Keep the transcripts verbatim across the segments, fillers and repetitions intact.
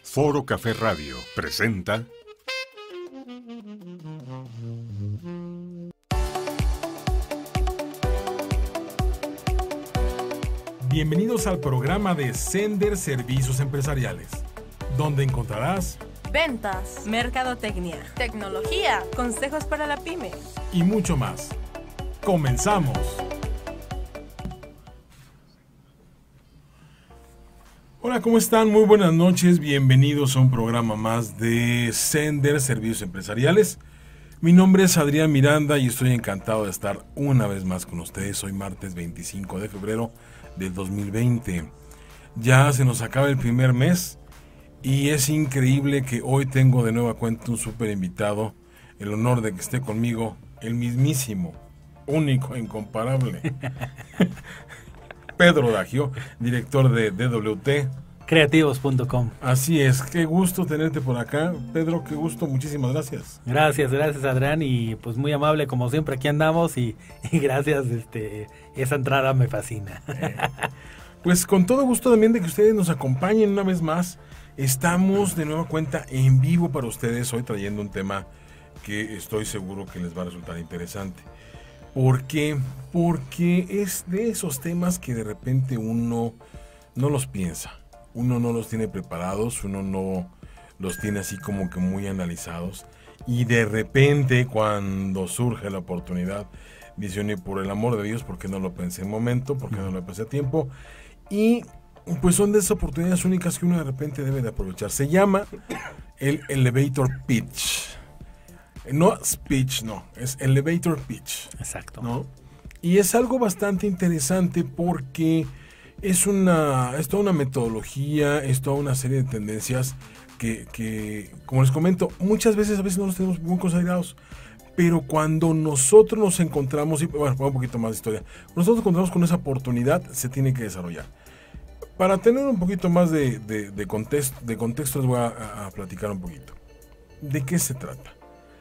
Foro Café Radio presenta Bienvenidos al programa de Sender Servicios Empresariales, donde encontrarás ventas, mercadotecnia, tecnología, consejos para la pyme y mucho más. ¡Comenzamos! Hola, ¿cómo están? Muy buenas noches, bienvenidos a un programa más de Sender Servicios Empresariales. Mi nombre es Adrián Miranda y estoy encantado de estar una vez más con ustedes. Hoy martes veinticinco de febrero del dos mil veinte. Ya se nos acaba el primer mes y es increíble que hoy tengo de nueva cuenta un súper invitado. El honor de que esté conmigo, el mismísimo, único, incomparable Pedro Daggio, director de D W T Creativos punto com. Así es, qué gusto tenerte por acá, Pedro, qué gusto, muchísimas gracias. Gracias, gracias Adrián, y pues muy amable como siempre, aquí andamos y, y gracias, este, esa entrada me fascina. Eh, pues con todo gusto también de que ustedes nos acompañen una vez más. Estamos de nueva cuenta en vivo para ustedes, hoy trayendo un tema que estoy seguro que les va a resultar interesante. ¿Por qué? Porque es de esos temas que de repente uno no los piensa. Uno no los tiene preparados, uno no los tiene así como que muy analizados. Y de repente, cuando surge la oportunidad, dice uno, por el amor de Dios, ¿por qué no lo pensé en momento? ¿Por qué no lo pensé a tiempo? Y pues son de esas oportunidades únicas que uno de repente debe de aprovechar. Se llama el elevator pitch. No speech, no, es elevator pitch. Exacto. ¿No? Y es algo bastante interesante porque es una, es toda una metodología, es toda una serie de tendencias que, que, como les comento, muchas veces a veces no los tenemos muy considerados. Pero cuando nosotros nos encontramos, y bueno, un poquito más de historia, nosotros nos encontramos con esa oportunidad, se tiene que desarrollar. Para tener un poquito más de, de, de, contexto, de contexto, les voy a, a platicar un poquito. ¿De qué se trata?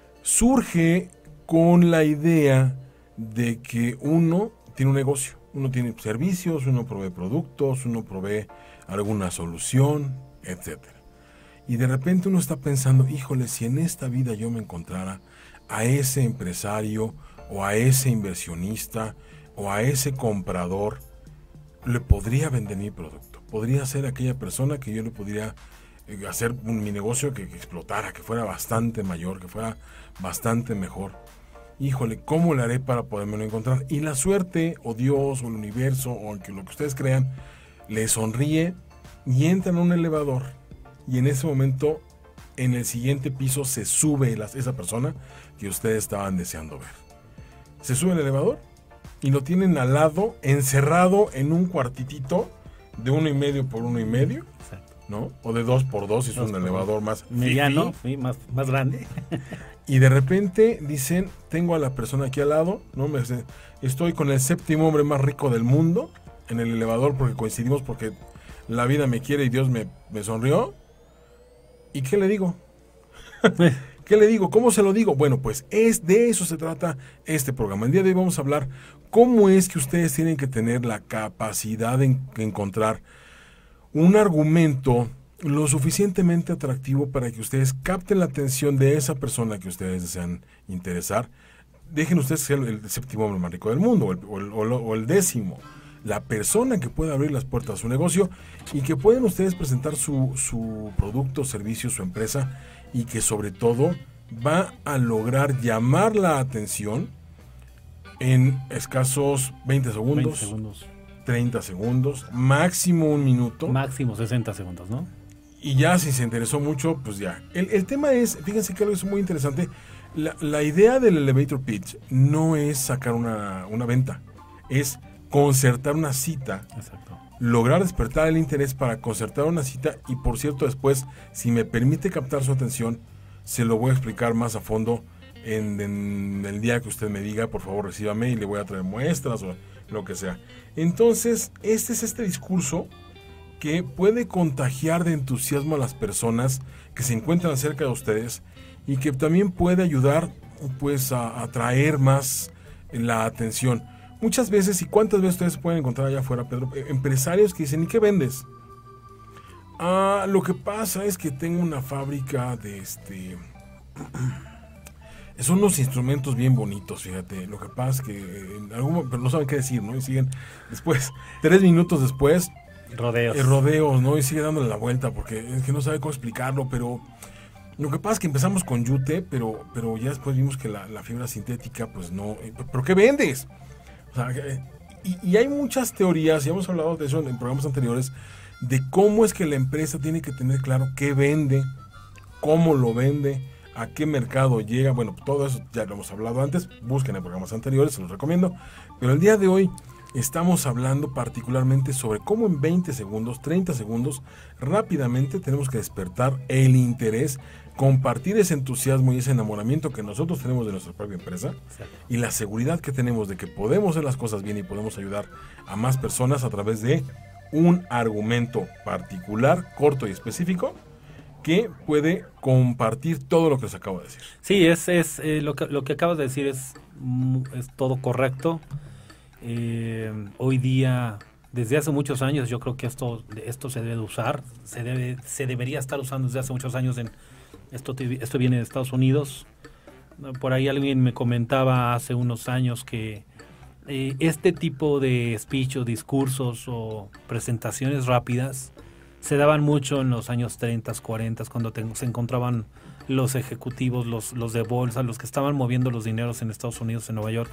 Surge con la idea de que uno tiene un negocio, uno tiene servicios, uno provee productos, uno provee alguna solución, etcétera. Y de repente uno está pensando, híjole, si en esta vida yo me encontrara a ese empresario o a ese inversionista o a ese comprador, le podría vender mi producto, podría ser aquella persona que yo le podría hacer un, mi negocio que, que explotara, que fuera bastante mayor, que fuera bastante mejor. Híjole, ¿cómo le haré para podérmelo encontrar? Y la suerte, o Dios, o el universo, o lo que ustedes crean, le sonríe y entra en un elevador. Y en ese momento, en el siguiente piso, se sube la, esa persona que ustedes estaban deseando ver. Se sube el elevador y lo tienen al lado, encerrado en un cuartitito de uno y medio por uno y medio. Exacto. ¿No? O de dos por dos, si es un elevador más mediano, sí, más, más grande. Y de repente dicen, tengo a la persona aquí al lado, ¿no? Me, estoy con el séptimo hombre más rico del mundo en el elevador porque coincidimos, porque la vida me quiere y Dios me, me sonrió. ¿Y qué le digo? ¿Qué le digo? ¿Cómo se lo digo? Bueno, pues es de eso se trata este programa. El día de hoy vamos a hablar cómo es que ustedes tienen que tener la capacidad de encontrar un argumento lo suficientemente atractivo para que ustedes capten la atención de esa persona que ustedes desean interesar. Dejen ustedes ser el, el séptimo hombre más rico del mundo o el, o, el, o, el, o el décimo. La persona que puede abrir las puertas a su negocio y que pueden ustedes presentar su, su producto, servicio, su empresa, y que sobre todo va a lograr llamar la atención en escasos veinte segundos. veinte segundos. treinta segundos, máximo un minuto. Máximo sesenta segundos, ¿no? Y ya si se interesó mucho, pues ya. El, el tema es, fíjense que algo es muy interesante, la, la idea del elevator pitch no es sacar una, una venta, es concertar una cita. Exacto. Lograr despertar el interés para concertar una cita y, por cierto, después, si me permite captar su atención, se lo voy a explicar más a fondo en, en el día que usted me diga, por favor, recíbame y le voy a traer muestras o lo que sea. Entonces, este es este discurso que puede contagiar de entusiasmo a las personas que se encuentran cerca de ustedes y que también puede ayudar pues a atraer más la atención. Muchas veses, y cuántas veces ustedes pueden encontrar allá afuera, Pedro, empresarios que dicen, ¿y qué vendes? Ah, lo que pasa es que tengo una fábrica de este... Son unos instrumentos bien bonitos, fíjate. Lo que pasa es que en algún, pero no saben qué decir, ¿no? Y siguen después, tres minutos después... Rodeos. Eh, rodeos, ¿no? Y sigue dándole la vuelta porque es que no sabe cómo explicarlo, pero... Lo que pasa es que empezamos con yute, pero, pero ya después vimos que la, la fibra sintética, pues no... Eh, ¿Pero qué vendes? O sea, eh, y, y hay muchas teorías, y hemos hablado de eso en, en programas anteriores, de cómo es que la empresa tiene que tener claro qué vende, cómo lo vende, a qué mercado llega. Bueno, todo eso ya lo hemos hablado antes, busquen en programas anteriores, se los recomiendo. Pero el día de hoy estamos hablando particularmente sobre cómo en veinte segundos, treinta segundos, rápidamente tenemos que despertar el interés, compartir ese entusiasmo y ese enamoramiento que nosotros tenemos de nuestra propia empresa. Exacto. Y la seguridad que tenemos de que podemos hacer las cosas bien y podemos ayudar a más personas a través de un argumento particular, corto y específico, que puede compartir todo lo que les acabo de decir. Sí, es, es eh, lo, que, lo que acabas de decir es, es todo correcto. Eh, hoy día, desde hace muchos años, yo creo que esto, esto se debe usar, se debe, se debería estar usando desde hace muchos años. En esto, esto viene de Estados Unidos. Por ahí alguien me comentaba hace unos años que eh, este tipo de speech o discursos o presentaciones rápidas se daban mucho en los años treinta, cuarenta, cuando te, se encontraban los ejecutivos, los, los de bolsa, los que estaban moviendo los dineros en Estados Unidos, en Nueva York,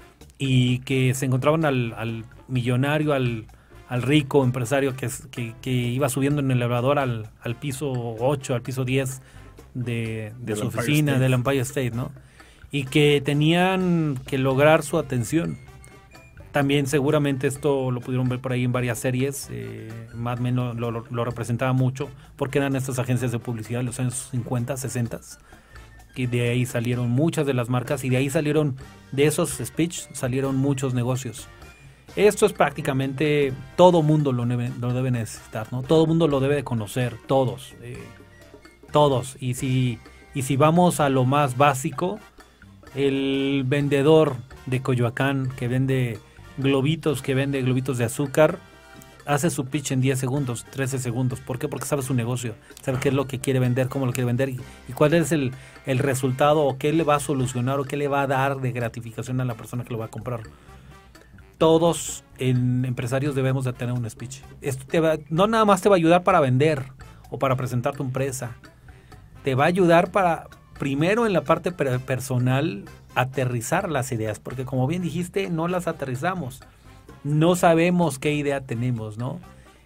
y que se encontraban al, al millonario, al, al rico empresario que, que, que iba subiendo en el elevador al, al piso ocho, al piso diez de, de su oficina, del Empire State, ¿no? Y que tenían que lograr su atención. También seguramente esto lo pudieron ver por ahí en varias series, eh, Mad Men lo, lo, lo representaba mucho, porque eran estas agencias de publicidad de los años cincuenta, sesenta, y de ahí salieron muchas de las marcas, y de ahí salieron, de esos speech, salieron muchos negocios. Esto es prácticamente, todo mundo lo debe, lo debe necesitar, ¿no? Todo mundo lo debe de conocer, todos, eh, todos, y si, y si vamos a lo más básico, el vendedor de Coyoacán que vende globitos, que vende globitos de azúcar, hace su pitch en diez segundos, trece segundos. ¿Por qué? Porque sabe su negocio, sabe qué es lo que quiere vender, cómo lo quiere vender y, y cuál es el, el resultado, o qué le va a solucionar, o qué le va a dar de gratificación a la persona que lo va a comprar. Todos en empresarios debemos de tener un speech. Esto te va, no nada más te va a ayudar para vender o para presentar tu empresa, te va a ayudar para, primero en la parte personal, aterrizar las ideas, porque como bien dijiste, no las aterrizamos, no sabemos qué idea tenemos, ¿no?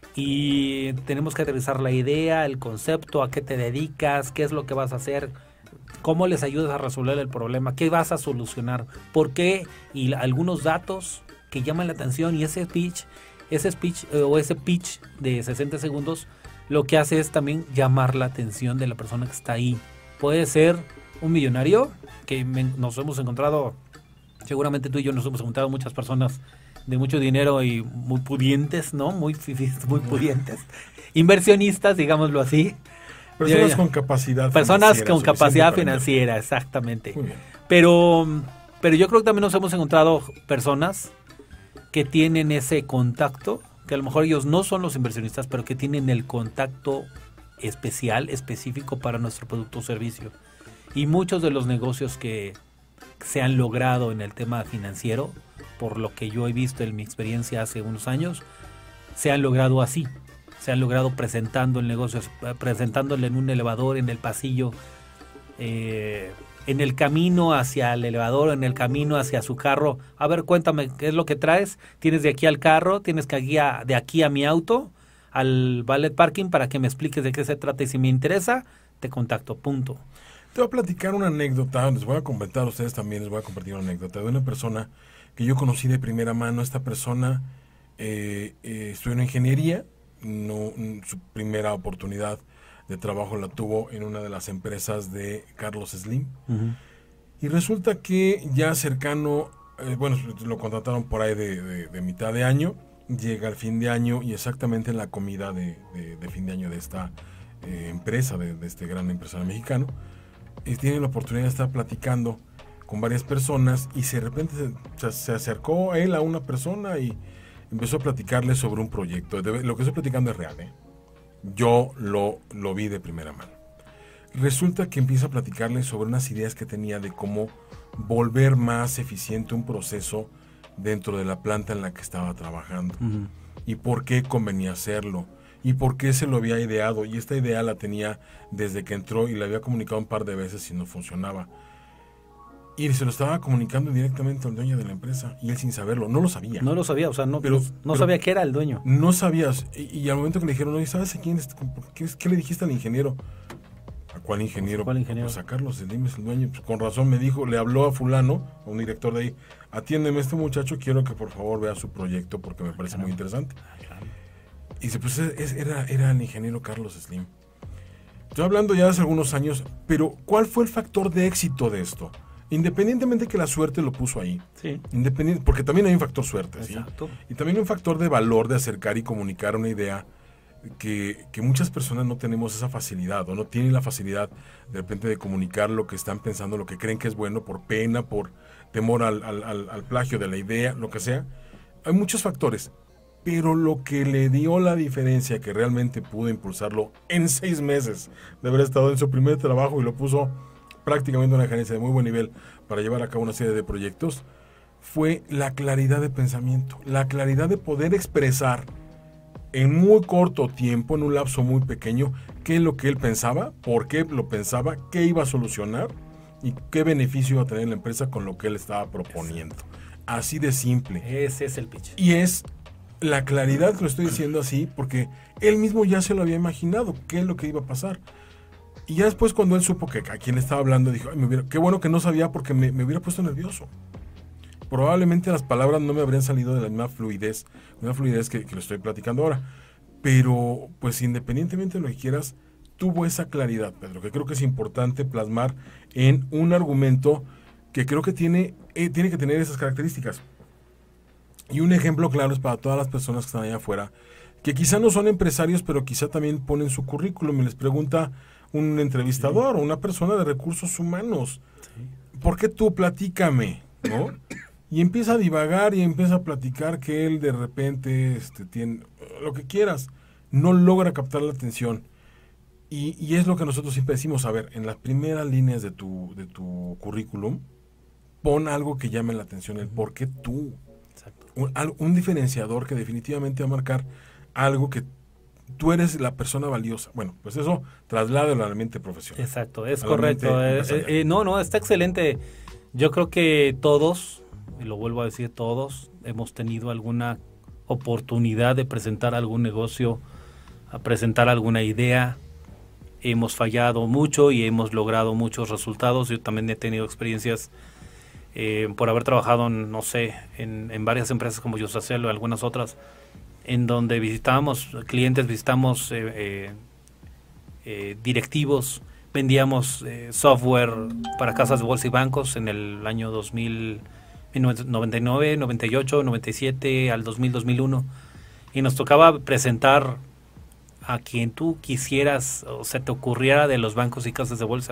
Y tenemos que aterrizar la idea, el concepto, a qué te dedicas, qué es lo que vas a hacer, cómo les ayudas a resolver el problema, qué vas a solucionar, por qué, y algunos datos que llaman la atención. Y ese pitch, ese speech eh, o ese pitch de sesenta segundos, lo que hace es también llamar la atención de la persona que está ahí. Puede ser un millonario, que me, nos hemos encontrado, seguramente tú y yo nos hemos encontrado muchas personas de mucho dinero y muy pudientes, ¿no? Muy, muy pudientes. Inversionistas, digámoslo así. Personas con capacidad Personas con capacidad financiera, exactamente. Pero, pero yo creo que también nos hemos encontrado personas que tienen ese contacto, que a lo mejor ellos no son los inversionistas, pero que tienen el contacto especial, específico para nuestro producto o servicio. Y muchos de los negocios que se han logrado en el tema financiero, por lo que yo he visto en mi experiencia hace unos años, se han logrado así. Se han logrado presentando el negocio, presentándole en un elevador, en el pasillo, eh, en el camino hacia el elevador, en el camino hacia su carro. A ver, cuéntame, ¿qué es lo que traes? ¿Tienes de aquí al carro? ¿Tienes que aquí a, de aquí a mi auto? Al valet parking, para que me expliques de qué se trata, y si me interesa, te contacto, punto. Te voy a platicar una anécdota, les voy a comentar a ustedes también, les voy a compartir una anécdota de una persona que yo conocí de primera mano. Esta persona eh, eh, estudió en ingeniería, no, su primera oportunidad de trabajo la tuvo en una de las empresas de Carlos Slim. Uh-huh. Y resulta que ya cercano, eh, bueno, lo contrataron por ahí de, de, de mitad de año, llega el fin de año y exactamente en la comida de, de, de fin de año de esta eh, empresa, de, de este gran empresario mexicano, y tiene la oportunidad de estar platicando con varias personas y de repente se, se acercó a él a una persona y empezó a platicarle sobre un proyecto. De, lo que estoy platicando es real, ¿eh? Yo lo, lo vi de primera mano. Resulta que empieza a platicarle sobre unas ideas que tenía de cómo volver más eficiente un proceso dentro de la planta en la que estaba trabajando. Uh-huh. Y por qué convenía hacerlo. Y por qué se lo había ideado. Y esta idea la tenía desde que entró y la había comunicado un par de veces y no funcionaba. Y se lo estaba comunicando directamente al dueño de la empresa. Y él sin saberlo. No lo sabía. No lo sabía, o sea, no, pero, no pero sabía que era el dueño. No sabías. Y, y al momento que le dijeron, oye, ¿sabes a quién? ¿Qué, ¿Qué le dijiste al ingeniero? ¿A cuál ingeniero? ¿Cuál ingeniero? Pues a Carlos Slim, es el dueño. Pues con razón me dijo, le habló a fulano, a un director de ahí, atiéndeme a este muchacho, quiero que por favor vea su proyecto porque me parece claro. muy interesante. Claro. Y dice, pues es, era, era el ingeniero Carlos Slim. Estoy hablando ya hace algunos años, pero ¿cuál fue el factor de éxito de esto? Independientemente que la suerte lo puso ahí. Sí. Independiente, porque también hay un factor suerte. Exacto. ¿sí? Y también hay un factor de valor de acercar y comunicar una idea que, que muchas personas no tenemos esa facilidad o no tienen la facilidad de repente de comunicar lo que están pensando, lo que creen que es bueno por pena, por temor al, al, al, al plagio de la idea, lo que sea. Hay muchos factores, pero lo que le dio la diferencia, que realmente pudo impulsarlo en seis meses de haber estado en su primer trabajo y lo puso prácticamente una gerencia de muy buen nivel para llevar a cabo una serie de proyectos, fue la claridad de pensamiento, la claridad de poder expresar en muy corto tiempo, en un lapso muy pequeño, qué es lo que él pensaba, por qué lo pensaba, qué iba a solucionar y qué beneficio iba a tener la empresa con lo que él estaba proponiendo. Así de simple. Ese es el pitch. Y es la claridad que lo estoy diciendo así porque él mismo ya se lo había imaginado, qué es lo que iba a pasar. Y ya después cuando él supo que a quien estaba hablando, dijo, Ay, me hubiera, qué bueno que no sabía porque me, me hubiera puesto nervioso. Probablemente las palabras no me habrían salido de la misma fluidez, la misma fluidez que, que lo estoy platicando ahora. Pero, pues independientemente de lo que quieras, tuvo esa claridad, Pedro, que creo que es importante plasmar en un argumento que creo que tiene, eh, tiene que tener esas características. Y un ejemplo claro es para todas las personas que están allá afuera, que quizá no son empresarios, pero quizá también ponen su currículum y les pregunta un entrevistador o sí. una persona de recursos humanos, sí. ¿por qué tú? Platícame, ¿no? Y empieza a divagar y empieza a platicar que él de repente este, tiene lo que quieras, no logra captar la atención. Y, y es lo que nosotros siempre decimos, a ver, en las primeras líneas de tu, de tu currículum, pon algo que llame la atención, el por qué tú. Exacto. Un, un diferenciador que definitivamente va a marcar algo que tú eres la persona valiosa. Bueno, pues eso trasládalo al ambiente profesional. Exacto, es correcto. Eh, eh, no, no, está excelente. Yo creo que todos, y lo vuelvo a decir, todos hemos tenido alguna oportunidad de presentar algún negocio, a presentar alguna idea. Hemos fallado mucho y hemos logrado muchos resultados. Yo también he tenido experiencias eh, por haber trabajado, en, no sé, en, en varias empresas como Yusacel o algunas otras, en donde visitamos clientes, visitamos eh, eh, eh, directivos, vendíamos eh, software para casas de bolsa y bancos en el año dos mil, noventa y nueve, noventa y ocho, noventa y siete, al dos mil, dos mil uno, y nos tocaba presentar a quien tú quisieras o se te ocurriera de los bancos y casas de bolsa.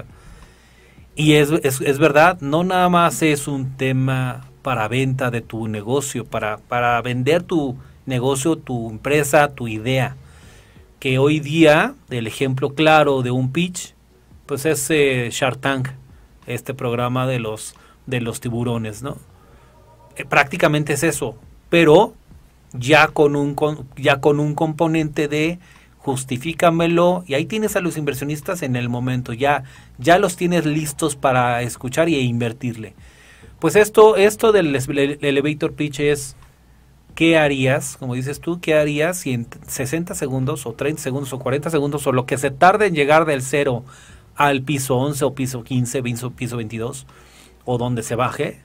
Y es, es, es verdad, no nada más es un tema para venta de tu negocio, para, para vender tu negocio, tu empresa, tu idea, que hoy día el ejemplo claro de un pitch pues es eh, Shark Tank, este programa de los de los tiburones, ¿no? Eh, prácticamente es eso, pero ya con un con, ya con un componente de justifícamelo, y ahí tienes a los inversionistas en el momento, ya ya los tienes listos para escuchar y invertirle. Pues esto esto del elevator pitch es ¿qué harías? Como dices tú, ¿qué harías si en sesenta segundos o treinta segundos o cuarenta segundos o lo que se tarde en llegar del cero al piso once o piso quince, piso, piso veintidós o donde se baje,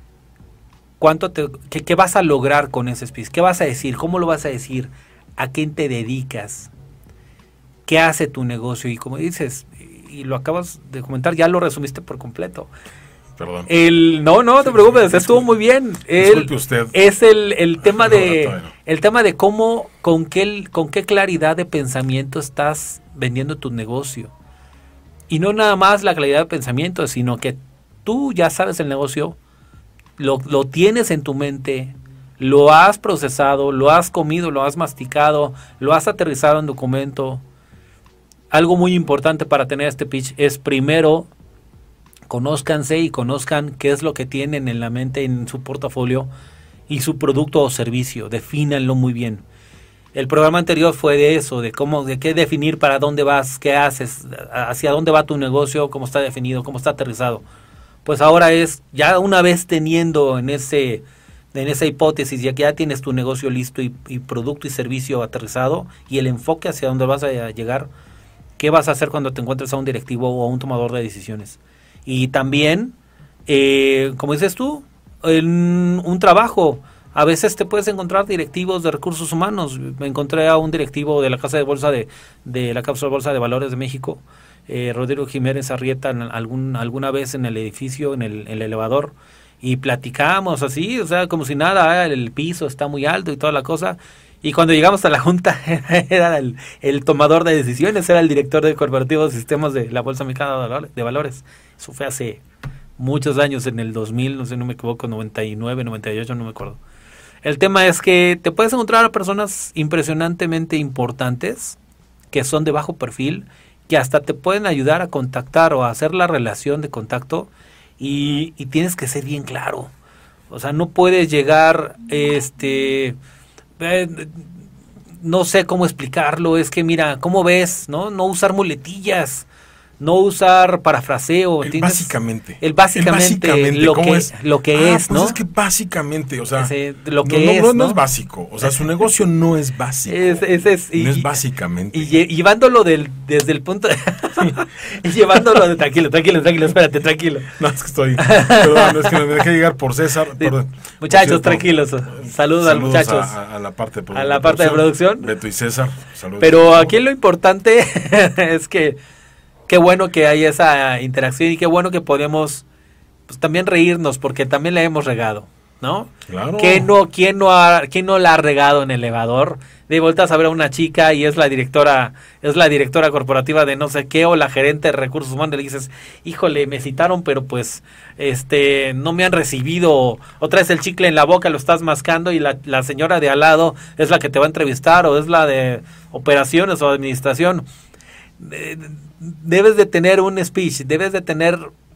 ¿cuánto te, qué, qué vas a lograr con ese speech? ¿Qué vas a decir? ¿Cómo lo vas a decir? ¿A quién te dedicas? ¿Qué hace tu negocio? Y como dices, y lo acabas de comentar, ya lo resumiste por completo. Perdón. El, no, no te preocupes, disculpe, estuvo muy bien. Disculpe usted. Es el, el tema no, de no, no. el tema de cómo, con qué, con qué claridad de pensamiento estás vendiendo tu negocio. Y no nada más la claridad de pensamiento, sino que tú ya sabes el negocio, lo, lo tienes en tu mente, lo has procesado, lo has comido, lo has masticado, lo has aterrizado en documento, algo muy importante para tener este pitch es primero conózcanse y conozcan qué es lo que tienen en la mente, en su portafolio y su producto o servicio. Defínanlo muy bien. El programa anterior fue de eso, de cómo, de qué definir, para dónde vas, qué haces, hacia dónde va tu negocio, cómo está definido, cómo está aterrizado. Pues ahora es, ya una vez teniendo en ese, en esa hipótesis, ya que ya tienes tu negocio listo y, y producto y servicio aterrizado y el enfoque hacia dónde vas a llegar, ¿qué vas a hacer cuando te encuentres a un directivo o a un tomador de decisiones? Y también, eh, como dices tú, en un trabajo, a veces te puedes encontrar directivos de recursos humanos. Me encontré a un directivo de la Casa de Bolsa de, de la Cápsula Bolsa de Valores de México, eh, Rodrigo Jiménez Arrieta, en algún, alguna vez en el edificio, en el, en el elevador, y platicamos así, o sea, como si nada, el piso está muy alto y toda la cosa. Y cuando llegamos a la junta, era el, el tomador de decisiones, era el director de corporativos sistemas de la Bolsa Mexicana de Valores. Eso fue hace muchos años, en el dos mil, no sé, no me equivoco, noventa y nueve, noventa y ocho, no me acuerdo. El tema es que te puedes encontrar a personas impresionantemente importantes, que son de bajo perfil, que hasta te pueden ayudar a contactar o a hacer la relación de contacto, y, y tienes que ser bien claro. O sea, no puedes llegar, este... Eh, no sé cómo explicarlo, es que mira, ¿cómo ves? No, no usar muletillas, no usar parafraseo. El básicamente. El básicamente, el básicamente lo, que, es? lo que ah, es, pues ¿no? Es que básicamente, o sea, Ese, lo que no, es, no, ¿no? no es básico, o sea, su negocio no es básico. Es, es, es, y, no es básicamente. Y, y llevándolo del, desde el punto... De y llevándolo de... Tranquilo, tranquilo, tranquilo, espérate, tranquilo. No, es que estoy... Perdón, es que me dejé llegar por César. Sí, perdón, muchachos, por cierto, tranquilos. Saludos, saludos a los muchachos. A, a la parte de, a la parte de producción. Beto y César. Saludos. Pero aquí lo importante es que qué bueno que hay esa interacción y qué bueno que podemos, pues, también reírnos, porque también la hemos regado, ¿no? Claro. ¿Quién no, quién no, ha, quién no la ha regado en el elevador? De vueltas a ver a una chica y es la directora, es la directora corporativa de no sé qué, o la gerente de recursos humanos, y le dices, híjole, me citaron, pero pues este no me han recibido, o traes el chicle en la boca, lo estás mascando, y la, la señora de al lado es la que te va a entrevistar, o es la de operaciones o administración. Debes de tener un speech, debes de tener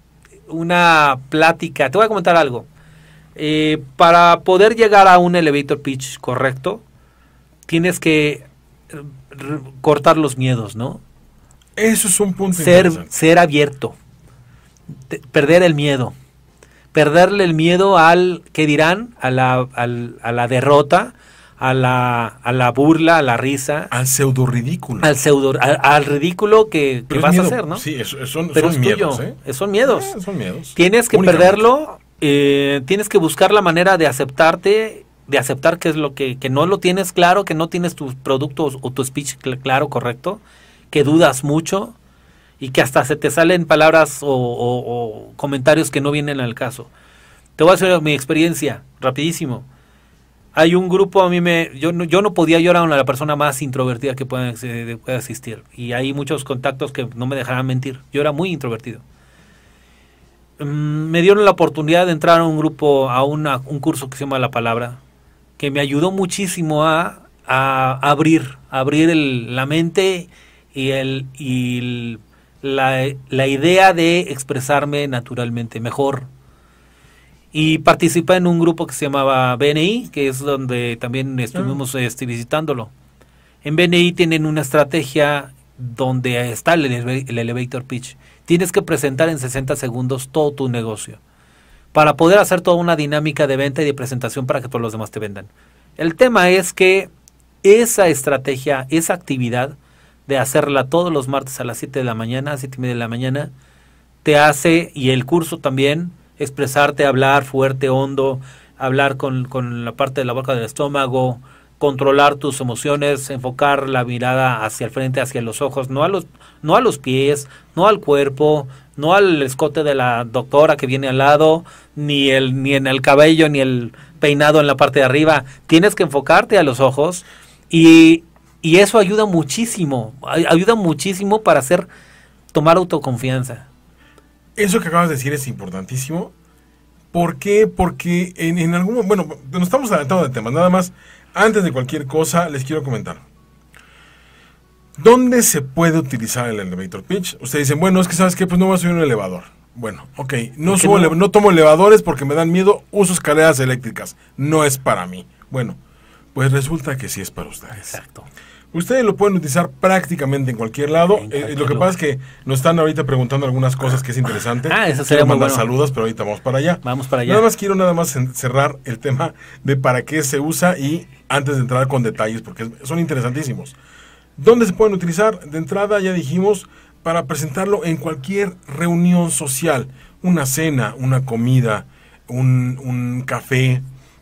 una plática. Te voy a comentar algo. Eh, para poder llegar a un elevator pitch correcto, tienes que r- cortar los miedos, ¿no? Eso es un punto Ser, interesante. ser abierto. Te, perder el miedo. Perderle el miedo al que dirán, a la, al, a la derrota, a la, a la burla, a la risa, al pseudo ridículo, al pseudo, al, al ridículo que, que vas miedo, a hacer, ¿no? Sí, es, son, Pero son es miedos, tuyo, ¿eh? son miedos. Eh, son miedos. Tienes que Únicamente. perderlo, eh, tienes que buscar la manera de aceptarte, de aceptar que es lo que, que no lo tienes claro, que no tienes tus productos o tu speech cl- claro, correcto, que dudas mucho y que hasta se te salen palabras o, o, o comentarios que no vienen al caso. Te voy a hacer mi experiencia, rapidísimo. Hay un grupo, a mí me, yo no, yo no podía, yo era una, la persona más introvertida que pueda, que pueda existir. Y hay muchos contactos que no me dejarán mentir. Yo era muy introvertido. Um, me dieron la oportunidad de entrar a un grupo, a una, un curso que se llama La Palabra, que me ayudó muchísimo a, a abrir, a abrir el, la mente y, el, y el, la, la idea de expresarme naturalmente, mejor. Y participé en un grupo que se llamaba B N I, que es donde también estuvimos uh-huh. este, visitándolo. En B N I tienen una estrategia donde está el, el elevator pitch. Tienes que presentar en sesenta segundos todo tu negocio para poder hacer toda una dinámica de venta y de presentación para que todos los demás te vendan. El tema es que esa estrategia, esa actividad de hacerla todos los martes a las siete de la mañana, siete y media de la mañana, te hace, y el curso también, expresarte, hablar fuerte, hondo, hablar con, con la parte de la boca del estómago, controlar tus emociones, enfocar la mirada hacia el frente, hacia los ojos, no a los, no a los pies, no al cuerpo, no al escote de la doctora que viene al lado, ni el, ni en el cabello, ni el peinado en la parte de arriba. Tienes que enfocarte a los ojos y, y eso ayuda muchísimo, ayuda muchísimo para hacer, tomar autoconfianza. Eso que acabas de decir es importantísimo. ¿Por qué? Porque en, en algún... Bueno, nos estamos adelantando de temas. Nada más, antes de cualquier cosa, les quiero comentar. ¿Dónde se puede utilizar el elevator pitch? Ustedes dicen, bueno, es que ¿sabes qué? Pues no voy a subir un elevador. Bueno, ok, no, subo no? Ele- no tomo elevadores porque me dan miedo, uso escaleras eléctricas. No es para mí. Bueno, pues resulta que sí es para ustedes. Exacto. Ustedes lo pueden utilizar prácticamente en cualquier lado. En cualquier eh, lo que lugar. Pasa es que nos están ahorita preguntando algunas cosas que es interesante. Ah, eso sería Quiero mandar bueno. saludos, pero ahorita vamos para allá. Vamos para allá. Nada más quiero nada más cerrar el tema de para qué se usa y antes de entrar con detalles, porque son interesantísimos. ¿Dónde se pueden utilizar? De entrada ya dijimos, para presentarlo en cualquier reunión social, una cena, una comida, un, un café,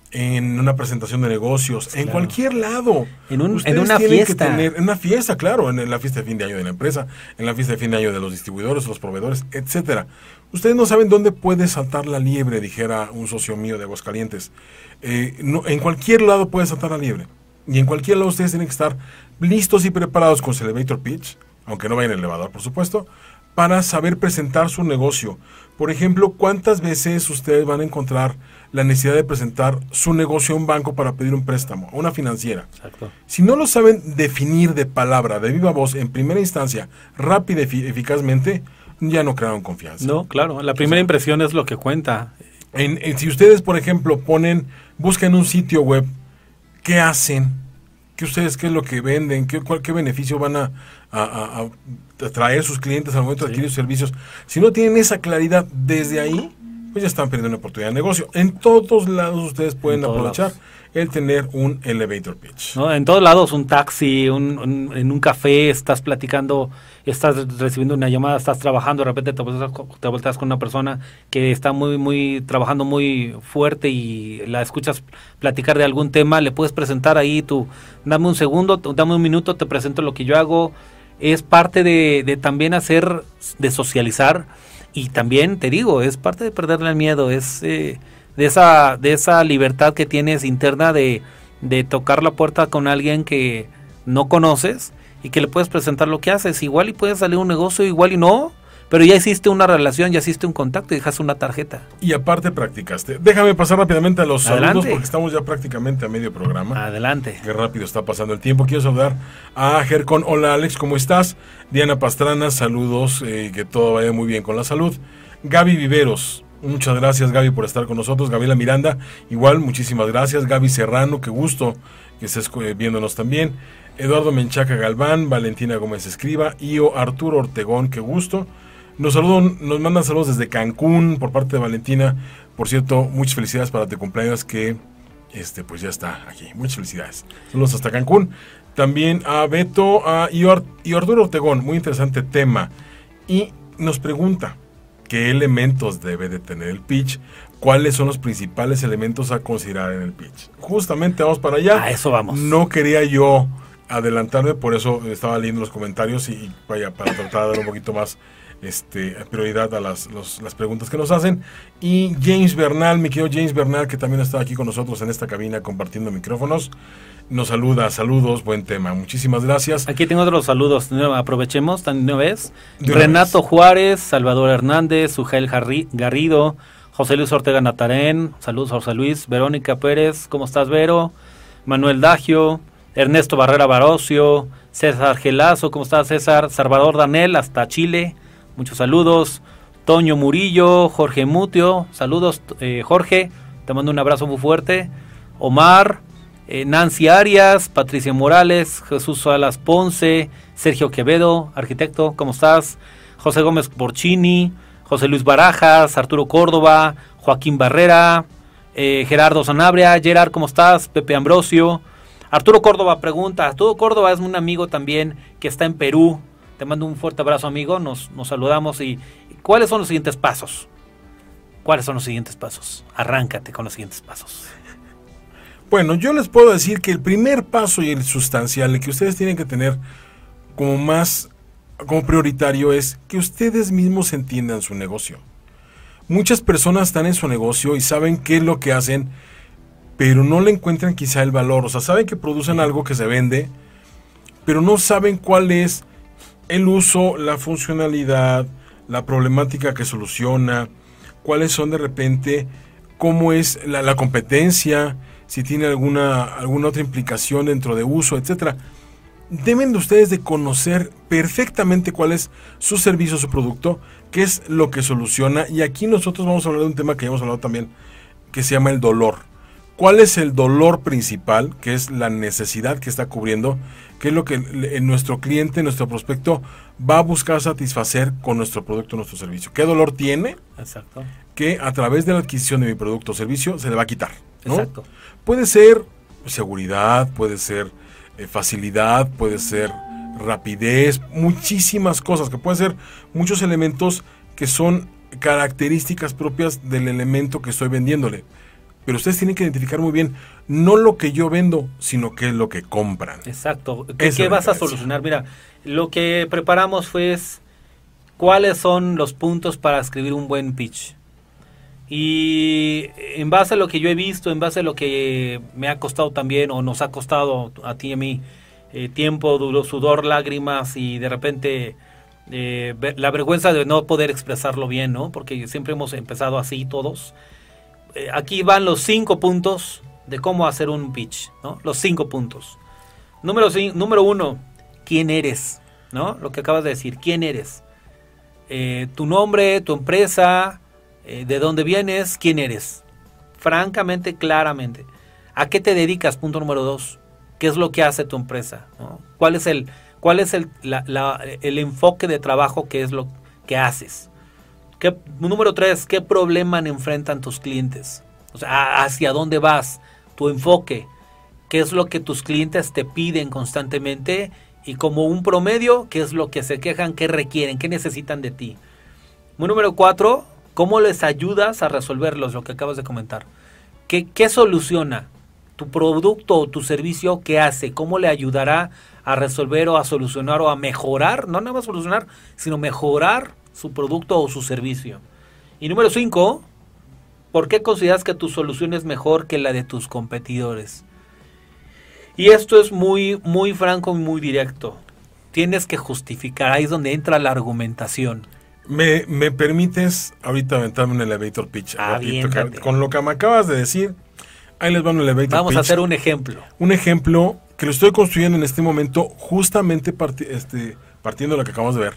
en una presentación de negocios, claro. En cualquier lado. En, un, en una fiesta. Que tener, en una fiesta, claro, en la fiesta de fin de año de la empresa, en la fiesta de fin de año de los distribuidores, los proveedores, etcétera. Ustedes no saben dónde puede saltar la liebre, dijera un socio mío de Aguascalientes. Eh, no, en cualquier lado puede saltar la liebre. Y en cualquier lado ustedes tienen que estar listos y preparados con su elevator pitch, aunque no vayan en el elevador, por supuesto, para saber presentar su negocio. Por ejemplo, ¿cuántas veces ustedes van a encontrar la necesidad de presentar su negocio a un banco para pedir un préstamo, a una financiera? Exacto. Si no lo saben definir de palabra, de viva voz, en primera instancia, rápida y efic- eficazmente, ya no crearon confianza. No, claro, la primera o sea, impresión es lo que cuenta. En, en, si ustedes, por ejemplo, ponen, buscan un sitio web, ¿qué hacen? ¿Qué ustedes, qué es lo que venden? ¿Qué, cuál, qué beneficio van a, a, a, a traer sus clientes al momento de adquirir sus servicios? Si no tienen esa claridad desde ahí, pues ya están perdiendo una oportunidad de negocio. En todos lados ustedes pueden aprovechar lados. el tener un elevator pitch. No, en todos lados, un taxi, un, un, en un café, estás platicando, estás recibiendo una llamada, estás trabajando, de repente te volteas, te volteas con una persona que está muy, muy, trabajando muy fuerte y la escuchas platicar de algún tema, le puedes presentar ahí tu, dame un segundo, dame un minuto, te presento lo que yo hago. Es parte de, de también hacer, de socializar. Y también, te digo, es parte de perderle el miedo, es eh, de esa de esa libertad que tienes interna de, de tocar la puerta con alguien que no conoces y que le puedes presentar lo que haces. Igual y puede salir un negocio, igual y no, pero ya hiciste una relación, ya hiciste un contacto y dejaste una tarjeta. Y aparte practicaste. Déjame pasar rápidamente a los Adelante. saludos porque estamos ya prácticamente a medio programa. Adelante. Qué rápido está pasando el tiempo. Quiero saludar a Gercon. Hola Alex, ¿cómo estás? Diana Pastrana, saludos, eh, que todo vaya muy bien con la salud. Gaby Viveros, muchas gracias Gaby por estar con nosotros. Gabriela Miranda, igual, muchísimas gracias. Gaby Serrano, qué gusto que estés viéndonos también. Eduardo Menchaca Galván, Valentina Gómez Escriba, Io Arturo Ortegón, qué gusto. Nos saludan, nos mandan saludos desde Cancún por parte de Valentina. Por cierto, muchas felicidades para tu cumpleaños que este pues ya está aquí. Muchas felicidades. Saludos hasta Cancún. También a Beto a, y, Ar, y Arturo Ortegón, muy interesante tema. Y nos pregunta qué elementos debe de tener el pitch, cuáles son los principales elementos a considerar en el pitch. Justamente vamos para allá. A eso vamos. No quería yo adelantarme, por eso estaba leyendo los comentarios y, y vaya, para tratar de dar un poquito más Este, prioridad a las, los, las preguntas que nos hacen. Y James Bernal, mi querido James Bernal, que también está aquí con nosotros en esta cabina compartiendo micrófonos, nos saluda. Saludos, buen tema, muchísimas gracias. Aquí tengo otros saludos, aprovechemos también una vez. De una Renato vez. Juárez, Salvador Hernández, Sujail Garrido, José Luis Ortega Natarén, saludos José Luis, Verónica Pérez, ¿cómo estás Vero? Manuel Dagio, Ernesto Barrera Barocio, César Gelazo, ¿cómo estás César? Salvador Danel, hasta Chile. Muchos saludos. Toño Murillo, Jorge Mutio, saludos eh, Jorge, te mando un abrazo muy fuerte. Omar, eh, Nancy Arias, Patricia Morales, Jesús Salas Ponce, Sergio Quevedo, arquitecto, ¿cómo estás? José Gómez Porcini, José Luis Barajas, Arturo Córdoba, Joaquín Barrera, eh, Gerardo Sanabria, Gerard, ¿cómo estás? Pepe Ambrosio. Arturo Córdoba pregunta, Arturo Córdoba es un amigo también que está en Perú. Te mando un fuerte abrazo, amigo. Nos, nos saludamos. Y ¿cuáles son los siguientes pasos? ¿Cuáles son los siguientes pasos? Arráncate con los siguientes pasos. Bueno, yo les puedo decir que el primer paso y el sustancial, el que ustedes tienen que tener como más, como prioritario, es que ustedes mismos entiendan su negocio. Muchas personas están en su negocio y saben qué es lo que hacen, pero no le encuentran quizá el valor. O sea, saben que producen algo que se vende, pero no saben cuál es el uso, la funcionalidad, la problemática que soluciona, cuáles son de repente, cómo es la, la competencia, si tiene alguna, alguna otra implicación dentro de uso, etcétera. deben de ustedes de conocer perfectamente cuál es su servicio, su producto, qué es lo que soluciona. Y aquí nosotros vamos a hablar de un tema que ya hemos hablado también, que se llama el dolor. ¿Cuál es el dolor principal? Que es la necesidad que está cubriendo, que es lo que nuestro cliente, nuestro prospecto va a buscar satisfacer con nuestro producto, nuestro servicio. ¿Qué dolor tiene? Exacto. Que a través de la adquisición de mi producto o servicio se le va a quitar, ¿no? Exacto. Puede ser seguridad, puede ser eh, facilidad, puede ser rapidez, muchísimas cosas, que pueden ser muchos elementos que son características propias del elemento que estoy vendiéndole. Pero ustedes tienen que identificar muy bien, no lo que yo vendo, sino qué es lo que compran. Exacto. ¿Qué, ¿qué vas a solucionar? Mira, lo que preparamos fue cuáles son los puntos para escribir un buen pitch. Y en base a lo que yo he visto, en base a lo que me ha costado también, o nos ha costado a ti y a mí, eh, tiempo, duro, sudor, lágrimas y de repente eh, la vergüenza de no poder expresarlo bien, ¿no? Porque siempre hemos empezado así todos. Aquí van los cinco puntos de cómo hacer un pitch, ¿no? Los cinco puntos. Número, número uno, ¿quién eres? ¿No? Lo que acabas de decir, ¿quién eres? Eh, tu nombre, tu empresa, eh, de dónde vienes, ¿quién eres? Francamente, claramente. ¿A qué te dedicas? Punto número dos. ¿Qué es lo que hace tu empresa? ¿No? ¿Cuál es el, cuál es el, la, la, el enfoque de trabajo que es lo que haces? ¿Qué, número tres, ¿qué problema enfrentan tus clientes? O sea, ¿hacia dónde vas? Tu enfoque. ¿Qué es lo que tus clientes te piden constantemente? Y como un promedio, ¿qué es lo que se quejan? ¿Qué requieren? ¿Qué necesitan de ti? Número cuatro, ¿cómo les ayudas a resolverlos? Lo que acabas de comentar. ¿Qué, qué soluciona? Tu producto o tu servicio, ¿qué hace? ¿Cómo le ayudará a resolver o a solucionar o a mejorar? No nada más solucionar, sino mejorar su producto o su servicio. Y número cinco, ¿por qué consideras que tu solución es mejor que la de tus competidores? Y esto es muy, muy franco y muy directo. Tienes que justificar, ahí es donde entra la argumentación. ¿Me, me permites ahorita aventarme un elevator pitch? Rapidito, con lo que me acabas de decir, ahí les va un elevator Vamos pitch. a hacer un ejemplo. Un ejemplo que lo estoy construyendo en este momento, justamente parti- este, partiendo de lo que acabamos de ver.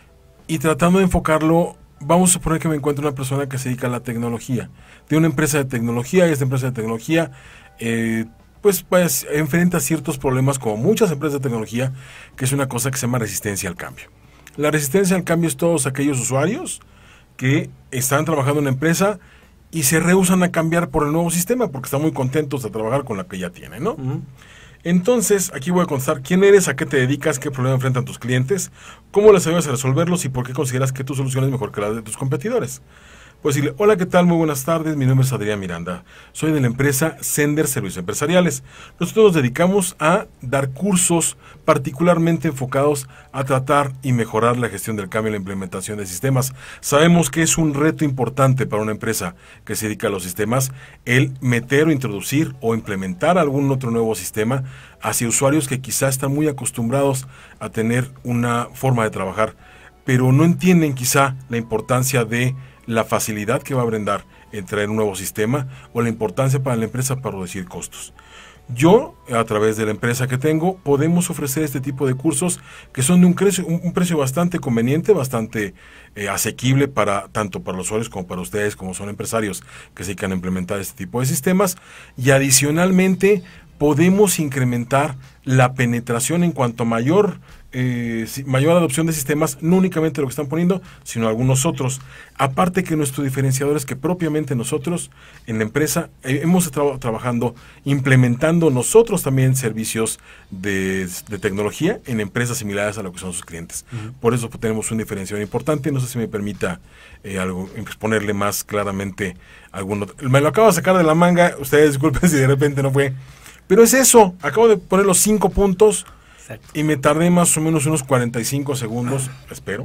Y tratando de enfocarlo, vamos a suponer que me encuentro una persona que se dedica a la tecnología, de una empresa de tecnología, y esta empresa de tecnología eh, pues, pues enfrenta ciertos problemas como muchas empresas de tecnología, que es una cosa que se llama resistencia al cambio. La resistencia al cambio es todos aquellos usuarios que están trabajando en una empresa y se rehúsan a cambiar por el nuevo sistema porque están muy contentos de trabajar con la que ya tienen, ¿no? Uh-huh. Entonces, aquí voy a contar quién eres, a qué te dedicas, qué problema enfrentan tus clientes, cómo les ayudas a resolverlos y por qué consideras que tu solución es mejor que la de tus competidores. Pues decirle, hola, ¿qué tal? Muy buenas tardes, mi nombre es Adrián Miranda, soy de la empresa Sender Servicios Empresariales. Nosotros nos dedicamos a dar cursos particularmente enfocados a tratar y mejorar la gestión del cambio y la implementación de sistemas. Sabemos que es un reto importante para una empresa que se dedica a los sistemas el meter o introducir o implementar algún otro nuevo sistema hacia usuarios que quizá están muy acostumbrados a tener una forma de trabajar, pero no entienden quizá la importancia de la facilidad que va a brindar en traer un nuevo sistema o la importancia para la empresa para reducir costos. Yo, a través de la empresa que tengo, podemos ofrecer este tipo de cursos que son de un precio, un, un precio bastante conveniente, bastante eh, asequible para tanto para los usuarios como para ustedes, como son empresarios que se dedican a implementar este tipo de sistemas. Y adicionalmente, podemos incrementar la penetración en cuanto a mayor Eh, mayor adopción de sistemas, no únicamente lo que están poniendo, sino algunos otros. Aparte que nuestro diferenciador es que propiamente nosotros en la empresa eh, hemos estado trabajando, implementando nosotros también servicios de, de tecnología en empresas similares a lo que son sus clientes. Uh-huh. Por eso pues, tenemos un diferenciador importante. No sé si me permita eh, algo, exponerle más claramente alguno. Me lo acabo de sacar de la manga, ustedes disculpen si de repente no fue. Pero es eso, acabo de poner los cinco puntos. Exacto. Y me tardé más o menos unos cuarenta y cinco segundos, espero.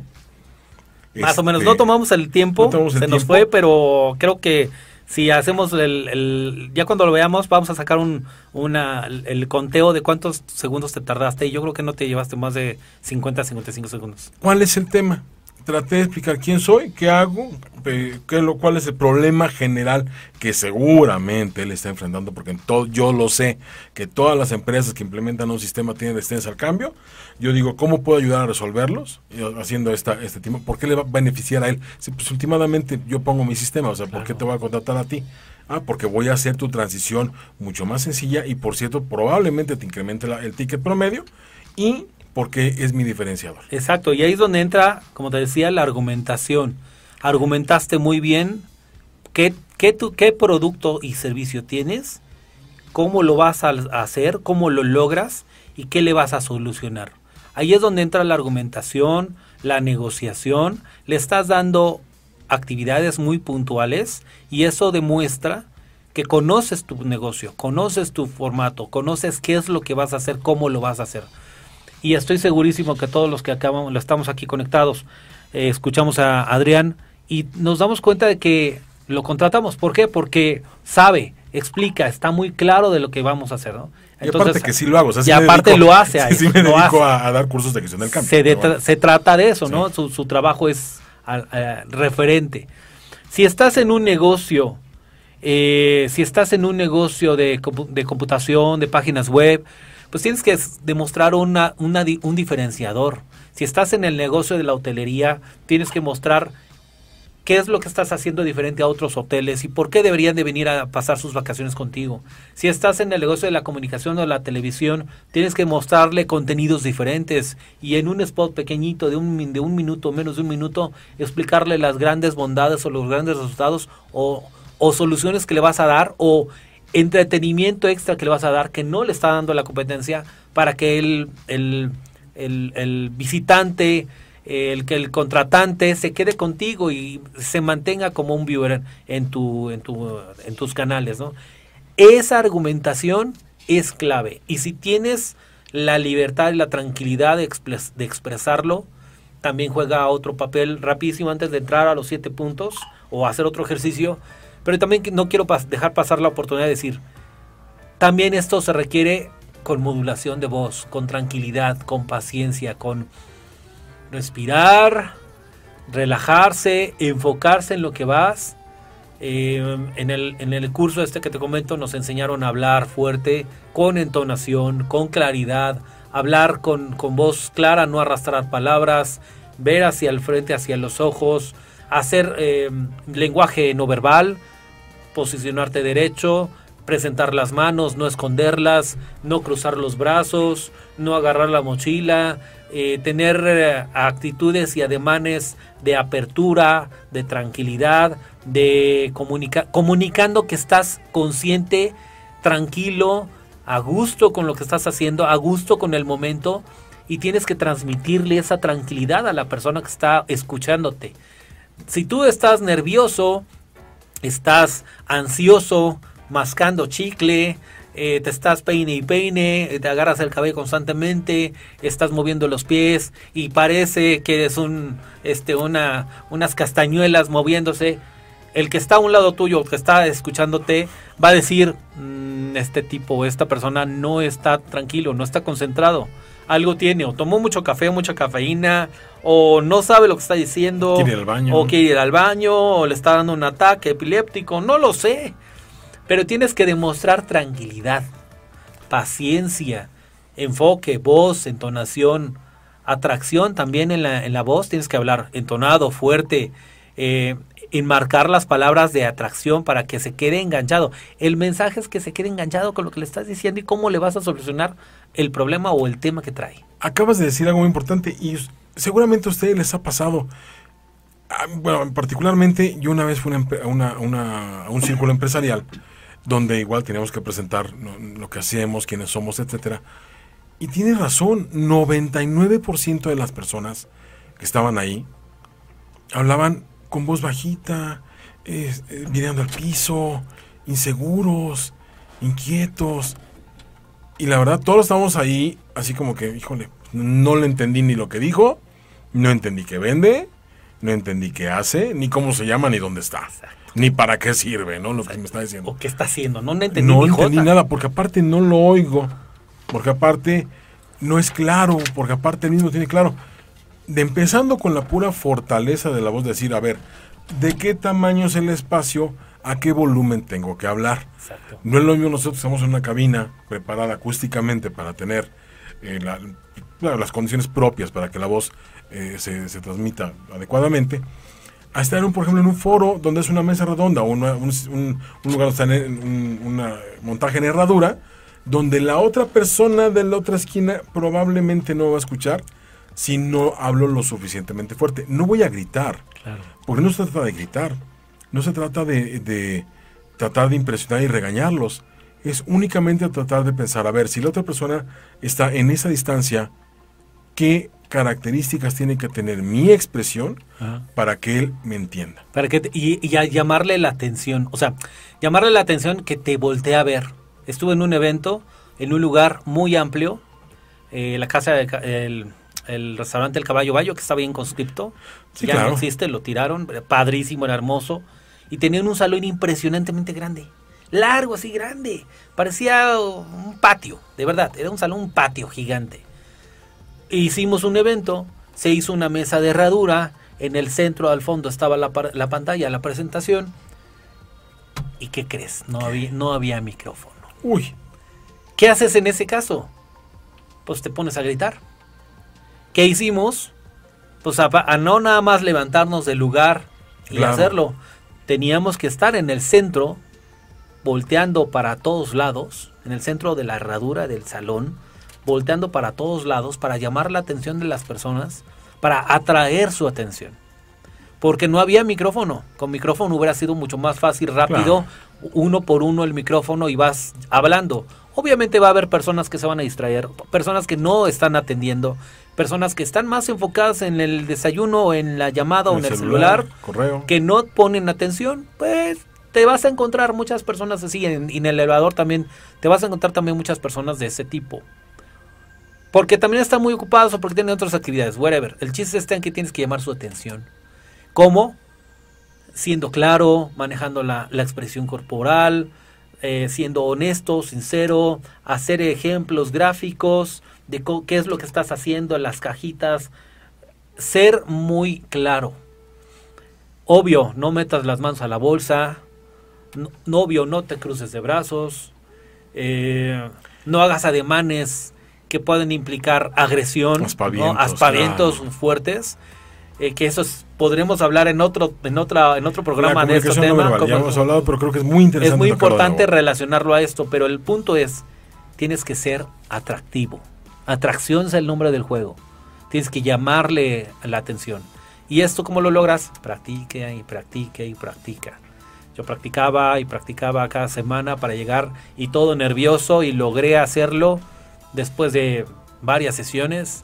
Más este, o menos, no tomamos el tiempo, no tomamos el se tiempo. Nos fue, pero creo que si hacemos el, el, ya cuando lo veamos, vamos a sacar un una el conteo de cuántos segundos te tardaste, y yo creo que no te llevaste más de cincuenta a cincuenta y cinco segundos. ¿Cuál es el tema? traté de explicar quién soy, qué hago, eh, qué lo, cuál es el problema general que seguramente él está enfrentando, porque en todo, yo lo sé, que todas las empresas que implementan un sistema tienen resistencia al cambio. Yo digo, ¿cómo puedo ayudar a resolverlos? Y haciendo esta, este tipo, ¿por qué le va a beneficiar a él? Si, pues últimamente yo pongo mi sistema, o sea, ¿por qué te voy a contratar a ti? Ah, porque voy a hacer tu transición mucho más sencilla y, por cierto, probablemente te incremente la, el ticket promedio y porque es mi diferenciador. Exacto, y ahí es donde entra, como te decía, la argumentación. Argumentaste muy bien qué, qué, tu, qué producto y servicio tienes, cómo lo vas a hacer, cómo lo logras y qué le vas a solucionar. Ahí es donde entra la argumentación, la negociación, le estás dando actividades muy puntuales y eso demuestra que conoces tu negocio, conoces tu formato, conoces qué es lo que vas a hacer, cómo lo vas a hacer. Y estoy segurísimo que todos los que acabamos, estamos aquí conectados, eh, escuchamos a Adrián y nos damos cuenta de que lo contratamos. ¿Por qué? Porque sabe, explica, está muy claro de lo que vamos a hacer, ¿no? Entonces, y aparte que sí lo hago. O sea, sí y aparte dedico, lo hace. A sí, sí me dedico a, a dar cursos de gestión del cambio. Se, de, bueno. se trata de eso, sí. ¿no? Su, su trabajo es a, a, referente. Si estás en un negocio, eh, si estás en un negocio de, de computación, de páginas web, pues tienes que demostrar una, una, un diferenciador. Si estás en el negocio de la hotelería, tienes que mostrar qué es lo que estás haciendo diferente a otros hoteles y por qué deberían de venir a pasar sus vacaciones contigo. Si estás en el negocio de la comunicación o de la televisión, tienes que mostrarle contenidos diferentes y en un spot pequeñito de un, de un minuto, menos de un minuto, explicarle las grandes bondades o los grandes resultados o, o soluciones que le vas a dar o entretenimiento extra que le vas a dar que no le está dando la competencia para que el, el, el, el visitante, el que el contratante se quede contigo y se mantenga como un viewer en tu, en tu, en tus canales, ¿no? Esa argumentación es clave y si tienes la libertad y la tranquilidad de, expres, de expresarlo, también juega otro papel rapidísimo antes de entrar a los siete puntos o hacer otro ejercicio. Pero también no quiero pas- dejar pasar la oportunidad de decir, también esto se requiere con modulación de voz, con tranquilidad, con paciencia, con respirar, relajarse, enfocarse en lo que vas. Eh, en, el, en el curso este que te comento nos enseñaron a hablar fuerte, con entonación, con claridad, hablar con, con voz clara, no arrastrar palabras, ver hacia el frente, hacia los ojos, hacer eh, lenguaje no verbal, posicionarte derecho, presentar las manos, no esconderlas, no cruzar los brazos, no agarrar la mochila, eh, tener eh, actitudes y ademanes de apertura, de tranquilidad, de comunica- comunicando que estás consciente, tranquilo, a gusto con lo que estás haciendo, a gusto con el momento y tienes que transmitirle esa tranquilidad a la persona que está escuchándote. Si tú estás nervioso, estás ansioso, mascando chicle, eh, te estás peine y peine, te agarras el cabello constantemente, estás moviendo los pies y parece que es un, este, una, unas castañuelas moviéndose, el que está a un lado tuyo, que está escuchándote, va a decir, mmm, este tipo, esta persona no está tranquilo, no está concentrado. Algo tiene, o tomó mucho café, mucha cafeína, o no sabe lo que está diciendo, quiere ir al baño, o quiere ir al baño, o le está dando un ataque epiléptico, no lo sé. Pero tienes que demostrar tranquilidad, paciencia, enfoque, voz, entonación, atracción también en la, en la voz. Tienes que hablar entonado, fuerte, eh, enmarcar las palabras de atracción para que se quede enganchado. El mensaje es que se quede enganchado con lo que le estás diciendo y cómo le vas a solucionar el problema o el tema que trae. Acabas de decir algo muy importante y seguramente a ustedes les ha pasado. Bueno, particularmente yo una vez fui a una, una, una, un círculo empresarial donde igual teníamos que presentar lo, lo que hacemos, quiénes somos, etcétera. Y tienes razón, noventa y nueve por ciento de las personas que estaban ahí hablaban con voz bajita, eh, eh, mirando al piso, inseguros, inquietos. Y la verdad, todos estábamos ahí así como que, híjole, no le entendí ni lo que dijo, no entendí qué vende, no entendí qué hace, ni cómo se llama, ni dónde está. Exacto. Ni para qué sirve, ¿no? Lo Exacto. que me está diciendo. O qué está haciendo, no entendí No ni entendí jota. nada, porque aparte no lo oigo, porque aparte no es claro, porque aparte él mismo tiene claro. de empezando con la pura fortaleza de la voz, decir, a ver, ¿de qué tamaño es el espacio? ¿A qué volumen tengo que hablar? Exacto. No es lo mismo, nosotros estamos en una cabina preparada acústicamente para tener eh, la, la, las condiciones propias para que la voz eh, se, se transmita adecuadamente, a estar, en un, por ejemplo, en un foro donde es una mesa redonda o una, un, un, un lugar donde está en un una montaje en herradura, donde la otra persona de la otra esquina probablemente no va a escuchar si no hablo lo suficientemente fuerte. No voy a gritar, Claro. porque no se trata de gritar, no se trata de, de tratar de impresionar y regañarlos, es únicamente tratar de pensar, a ver, si la otra persona está en esa distancia, ¿qué características tiene que tener mi expresión Ajá. para que él me entienda? Para que te- y, y a llamarle la atención, o sea, llamarle la atención que te voltee a ver. Estuve en un evento, en un lugar muy amplio, eh, la casa, de, ca- el, el restaurante El Caballo Bayo, que está bien conscripto, Sí, ya claro. no existe, lo tiraron, padrísimo, era hermoso, y tenían un salón impresionantemente grande, largo, así grande, parecía un patio, de verdad, era un salón, un patio gigante. Hicimos un evento, se hizo una mesa de herradura, en el centro al fondo estaba la, par- la pantalla, la presentación. ¿Y qué crees? No había, no había micrófono. Uy, ¿Qué haces en ese caso? Pues te pones a gritar. ¿Qué hicimos? Pues a, a no nada más levantarnos del lugar y Claro. hacerlo. Teníamos que estar en el centro, volteando para todos lados, en el centro de la herradura del salón, volteando para todos lados para llamar la atención de las personas, para atraer su atención. Porque no había micrófono. Con micrófono hubiera sido mucho más fácil, rápido, uno por uno el micrófono y vas hablando. Obviamente va a haber personas que se van a distraer, personas que no están atendiendo, personas que están más enfocadas en el desayuno o en la llamada o en el celular, correo. que no ponen atención. Pues te vas a encontrar muchas personas así, en, en el elevador también, te vas a encontrar también muchas personas de ese tipo. Porque también están muy ocupados o porque tienen otras actividades, whatever. El chiste está en que tienes que llamar su atención. ¿Cómo? Siendo claro, manejando la, la expresión corporal, eh, siendo honesto, sincero, hacer ejemplos gráficos de co- qué es lo que estás haciendo en las cajitas. Ser muy claro. Obvio, no metas las manos a la bolsa. No, no, obvio, no te cruces de brazos. Eh, no hagas ademanes que pueden implicar agresión, Aspavientos, ¿no? Aspavientos claro. fuertes. Eh, que eso es- podremos hablar en otro en otra en otro programa La de este comunicación no tema. verbal, como- ya hemos hablado, pero creo que es muy interesante. es muy tocarlo de importante nuevo. relacionarlo a esto, pero el punto es, tienes que ser atractivo. Atracción es el nombre del juego. Tienes que llamarle la atención. ¿Y esto cómo lo logras? Practique y practique y practica. Yo practicaba y practicaba cada semana para llegar y todo nervioso y logré hacerlo después de varias sesiones.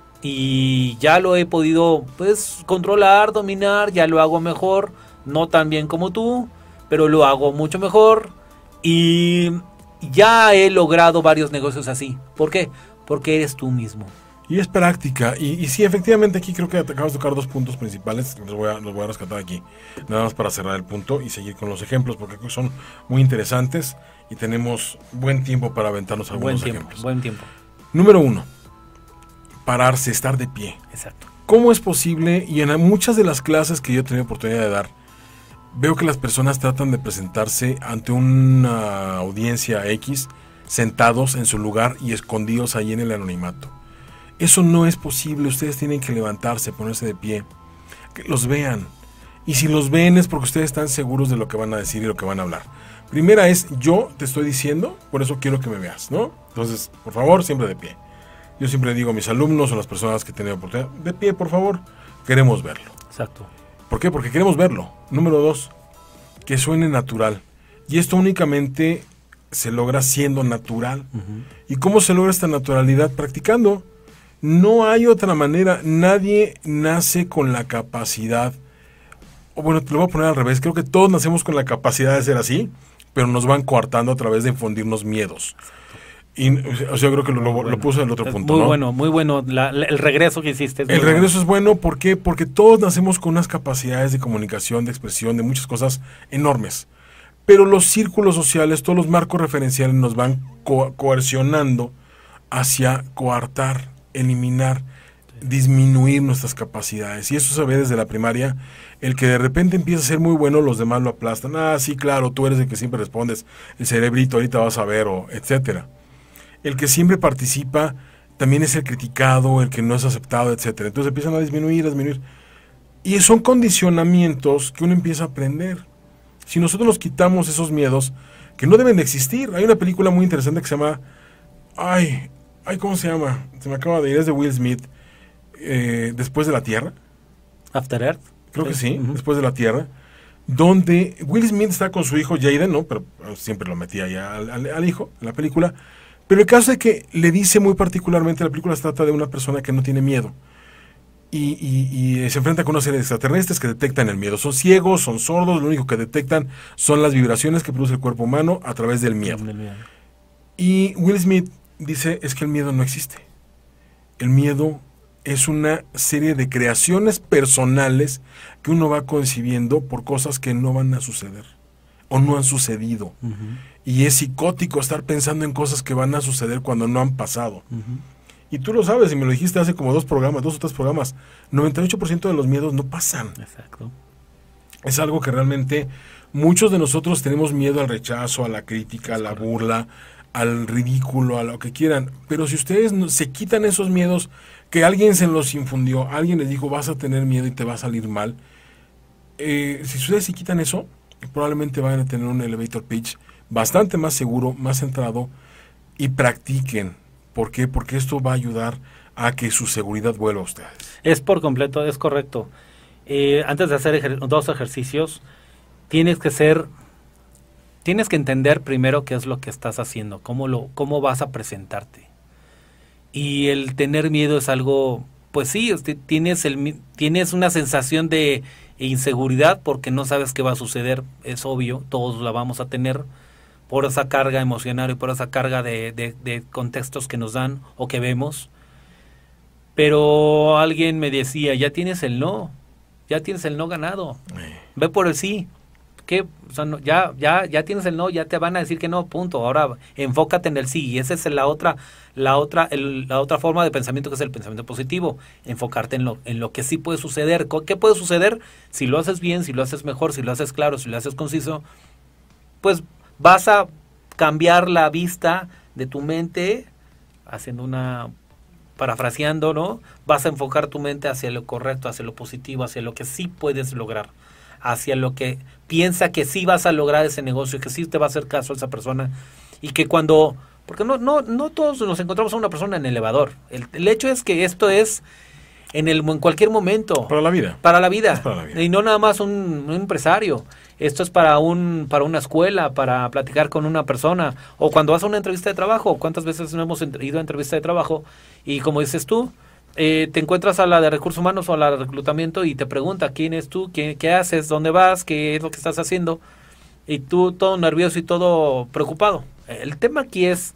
Y ya lo he podido pues controlar, dominar, ya lo hago mejor, no tan bien como tú, pero lo hago mucho mejor y ya he logrado varios negocios así. ¿Por qué? Porque eres tú mismo. Y es práctica. Y, y sí, efectivamente, aquí creo que acabas de tocar dos puntos principales. Los voy, a, los voy a rescatar aquí. Nada más para cerrar el punto y seguir con los ejemplos, porque creo que son muy interesantes y tenemos buen tiempo para aventarnos algunos Buen tiempo, ejemplos. buen tiempo. Número uno, pararse, estar de pie. Exacto. ¿Cómo es posible? Y en muchas de las clases que yo he tenido oportunidad de dar, veo que las personas tratan de presentarse ante una audiencia X, sentados en su lugar y escondidos ahí en el anonimato. Eso no es posible. Ustedes tienen que levantarse, ponerse de pie, que los vean. Y si los ven es porque ustedes están seguros de lo que van a decir y lo que van a hablar. Primera es, yo te estoy diciendo, por eso quiero que me veas, ¿no? Entonces, por favor, siempre de pie. Yo siempre digo a mis alumnos o a las personas que he tenido oportunidad, de pie, por favor, queremos verlo. Exacto. ¿Por qué? Porque queremos verlo. Número dos, que suene natural. Y esto únicamente se logra siendo natural. Uh-huh. ¿Y cómo se logra esta naturalidad? Practicando. No hay otra manera. Nadie nace con la capacidad, o bueno, te lo voy a poner al revés. Creo que todos nacemos con la capacidad de ser así, pero nos van coartando a través de infundirnos miedos. Y, o sea, yo creo que lo, lo, Bueno, lo puse en el otro es punto, muy ¿no? bueno, muy bueno. La- la- el regreso que hiciste. es El muy regreso es bueno, ¿por qué? Porque todos nacemos con unas capacidades de comunicación, de expresión, de muchas cosas enormes. Pero los círculos sociales, todos los marcos referenciales nos van co- coercionando hacia coartar, eliminar. disminuir nuestras capacidades. Y eso se ve desde la primaria. El que de repente empieza a ser muy bueno, los demás lo aplastan. Ah, sí, claro, tú eres el que siempre respondes. El cerebrito, ahorita vas a ver, o etcétera. El que siempre participa también es el criticado, el que no es aceptado, etcétera. Entonces empiezan a disminuir, a disminuir. Y son condicionamientos que uno empieza a aprender. Si nosotros nos quitamos esos miedos, que no deben de existir. Hay una película muy interesante que se llama... Ay, ay ¿cómo se llama? Se me acaba de ir, es de Will Smith. Eh, Después de la Tierra. After Earth. Creo que sí, uh-huh. Después de la Tierra. Donde Will Smith está con su hijo Jaden, ¿no? Pero siempre lo metía ya al, al, al hijo en la película. Pero el caso es que le dice muy particularmente, la película se trata de una persona que no tiene miedo. Y, y, y se enfrenta con una serie de extraterrestres que detectan el miedo. Son ciegos, son sordos, lo único que detectan son las vibraciones que produce el cuerpo humano a través del miedo. Y Will Smith dice, es que el miedo no existe. El miedo es una serie de creaciones personales que uno va concibiendo por cosas que no van a suceder o no han sucedido. Uh-huh. Y es psicótico estar pensando en cosas que van a suceder cuando no han pasado. Uh-huh. Y tú lo sabes, y me lo dijiste hace como dos programas, dos o tres programas, noventa y ocho por ciento de los miedos no pasan. Exacto. Es algo que realmente muchos de nosotros tenemos miedo al rechazo, a la crítica, a la burla, al ridículo, a lo que quieran. Pero si ustedes no, se quitan esos miedos que alguien se los infundió, alguien les dijo vas a tener miedo y te va a salir mal, eh, si ustedes se quitan eso, probablemente van a tener un elevator pitch bastante más seguro, más centrado, y practiquen. ¿Por qué? Porque esto va a ayudar a que su seguridad vuelva a ustedes. Es por completo, es correcto. Eh, antes de hacer ejer- dos ejercicios, tienes que ser, tienes que entender primero qué es lo que estás haciendo, cómo lo, cómo vas a presentarte. Y el tener miedo es algo, pues sí, tienes el, tienes una sensación de inseguridad porque no sabes qué va a suceder, es obvio, todos la vamos a tener, por esa carga emocional y por esa carga de, de, de contextos que nos dan o que vemos. Pero alguien me decía, ya tienes el no, ya tienes el no ganado, eh. ve por el sí. ¿Qué? O sea, no, ya, ya, ya tienes el no, ya te van a decir que no, punto. Ahora enfócate en el sí, y esa es la otra, la otra, el, la otra forma de pensamiento, que es el pensamiento positivo. Enfocarte en lo, en lo que sí puede suceder. ¿Qué puede suceder? Si lo haces bien, si lo haces mejor, si lo haces claro, si lo haces conciso, pues vas a cambiar la vista de tu mente, haciendo una, parafraseando, ¿no? Vas a enfocar tu mente hacia lo correcto, hacia lo positivo, hacia lo que sí puedes lograr, hacia lo que piensa que sí vas a lograr ese negocio, que sí te va a hacer caso a esa persona, y que cuando, porque no, no, no todos nos encontramos a una persona en el elevador. El, el hecho es que esto es en el en cualquier momento. Para la vida. Para la vida. Para la vida. Y no nada más un, un empresario. Esto es para un para una escuela, para platicar con una persona, o cuando vas a una entrevista de trabajo. ¿Cuántas veces no hemos ido a entrevista de trabajo? Y como dices tú, eh, te encuentras a la de recursos humanos o a la de reclutamiento y te pregunta quién es tú, qué, qué haces, dónde vas, qué es lo que estás haciendo, y tú todo nervioso y todo preocupado. El tema aquí es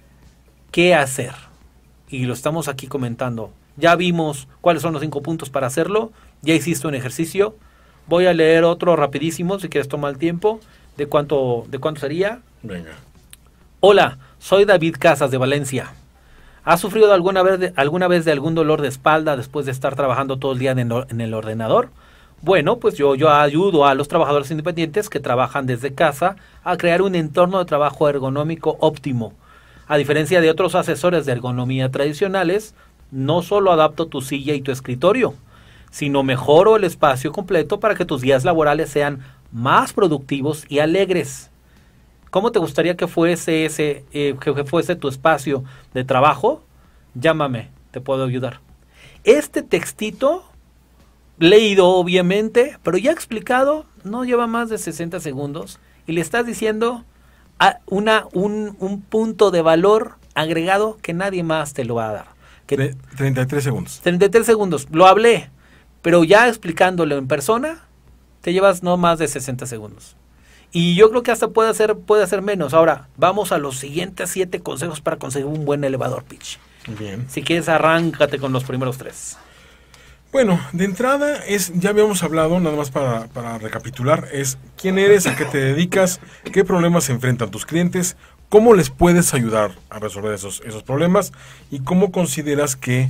qué hacer, y lo estamos aquí comentando. Ya vimos cuáles son los cinco puntos para hacerlo, ya hiciste un ejercicio. Voy a leer otro rapidísimo, si quieres toma el tiempo, de cuánto, de cuánto sería. Venga. Hola, soy David Casas de Valencia. ¿Has sufrido alguna vez, de, alguna vez de algún dolor de espalda después de estar trabajando todo el día en, en el ordenador? Bueno, pues yo, yo ayudo a los trabajadores independientes que trabajan desde casa a crear un entorno de trabajo ergonómico óptimo. A diferencia de otros asesores de ergonomía tradicionales, no solo adapto tu silla y tu escritorio, sino mejoro el espacio completo para que tus días laborales sean más productivos y alegres. ¿Cómo te gustaría que fuese ese, eh, que fuese tu espacio de trabajo? Llámame, te puedo ayudar. Este textito, leído obviamente, pero ya explicado, no lleva más de sesenta segundos y le estás diciendo a una, un, un punto de valor agregado que nadie más te lo va a dar. Que treinta y tres segundos. treinta y tres segundos, lo hablé, pero ya explicándolo en persona, te llevas no más de sesenta segundos. Y yo creo que hasta puede hacer, puede hacer menos. Ahora, vamos a los siguientes siete consejos para conseguir un buen elevador pitch. Bien. Si quieres, arráncate con los primeros tres. Bueno, de entrada, es ya habíamos hablado, nada más para, para recapitular, es quién eres, a qué te dedicas, qué problemas se enfrentan tus clientes, cómo les puedes ayudar a resolver esos, esos problemas y cómo consideras que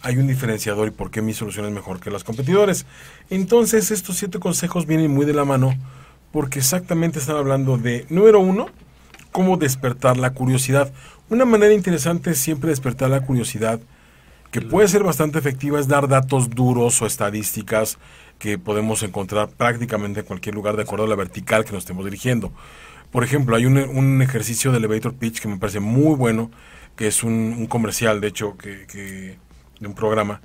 hay un diferenciador y por qué mi solución es mejor que las competidores. Entonces, estos siete consejos vienen muy de la mano porque exactamente están hablando de, número uno, cómo despertar la curiosidad. Una manera interesante es siempre despertar la curiosidad, que puede ser bastante efectiva, es dar datos duros o estadísticas que podemos encontrar prácticamente en cualquier lugar de acuerdo a la vertical que nos estemos dirigiendo. Por ejemplo, hay un, un ejercicio de elevator pitch que me parece muy bueno, que es un, un comercial, de hecho, que, que de un programa,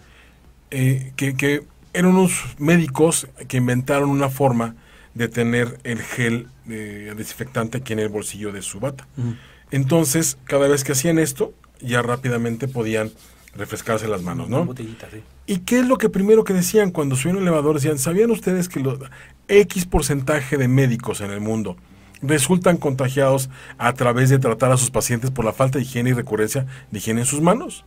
eh, que, que eran unos médicos que inventaron una forma de tener el gel eh, desinfectante aquí en el bolsillo de su bata. Uh-huh. Entonces, cada vez que hacían esto, ya rápidamente podían refrescarse las manos, ¿no? Botellita, sí. ¿Y qué es lo que primero que decían cuando subían el elevador? Decían, ¿sabían ustedes que los X porcentaje de médicos en el mundo resultan contagiados a través de tratar a sus pacientes por la falta de higiene y recurrencia de higiene en sus manos?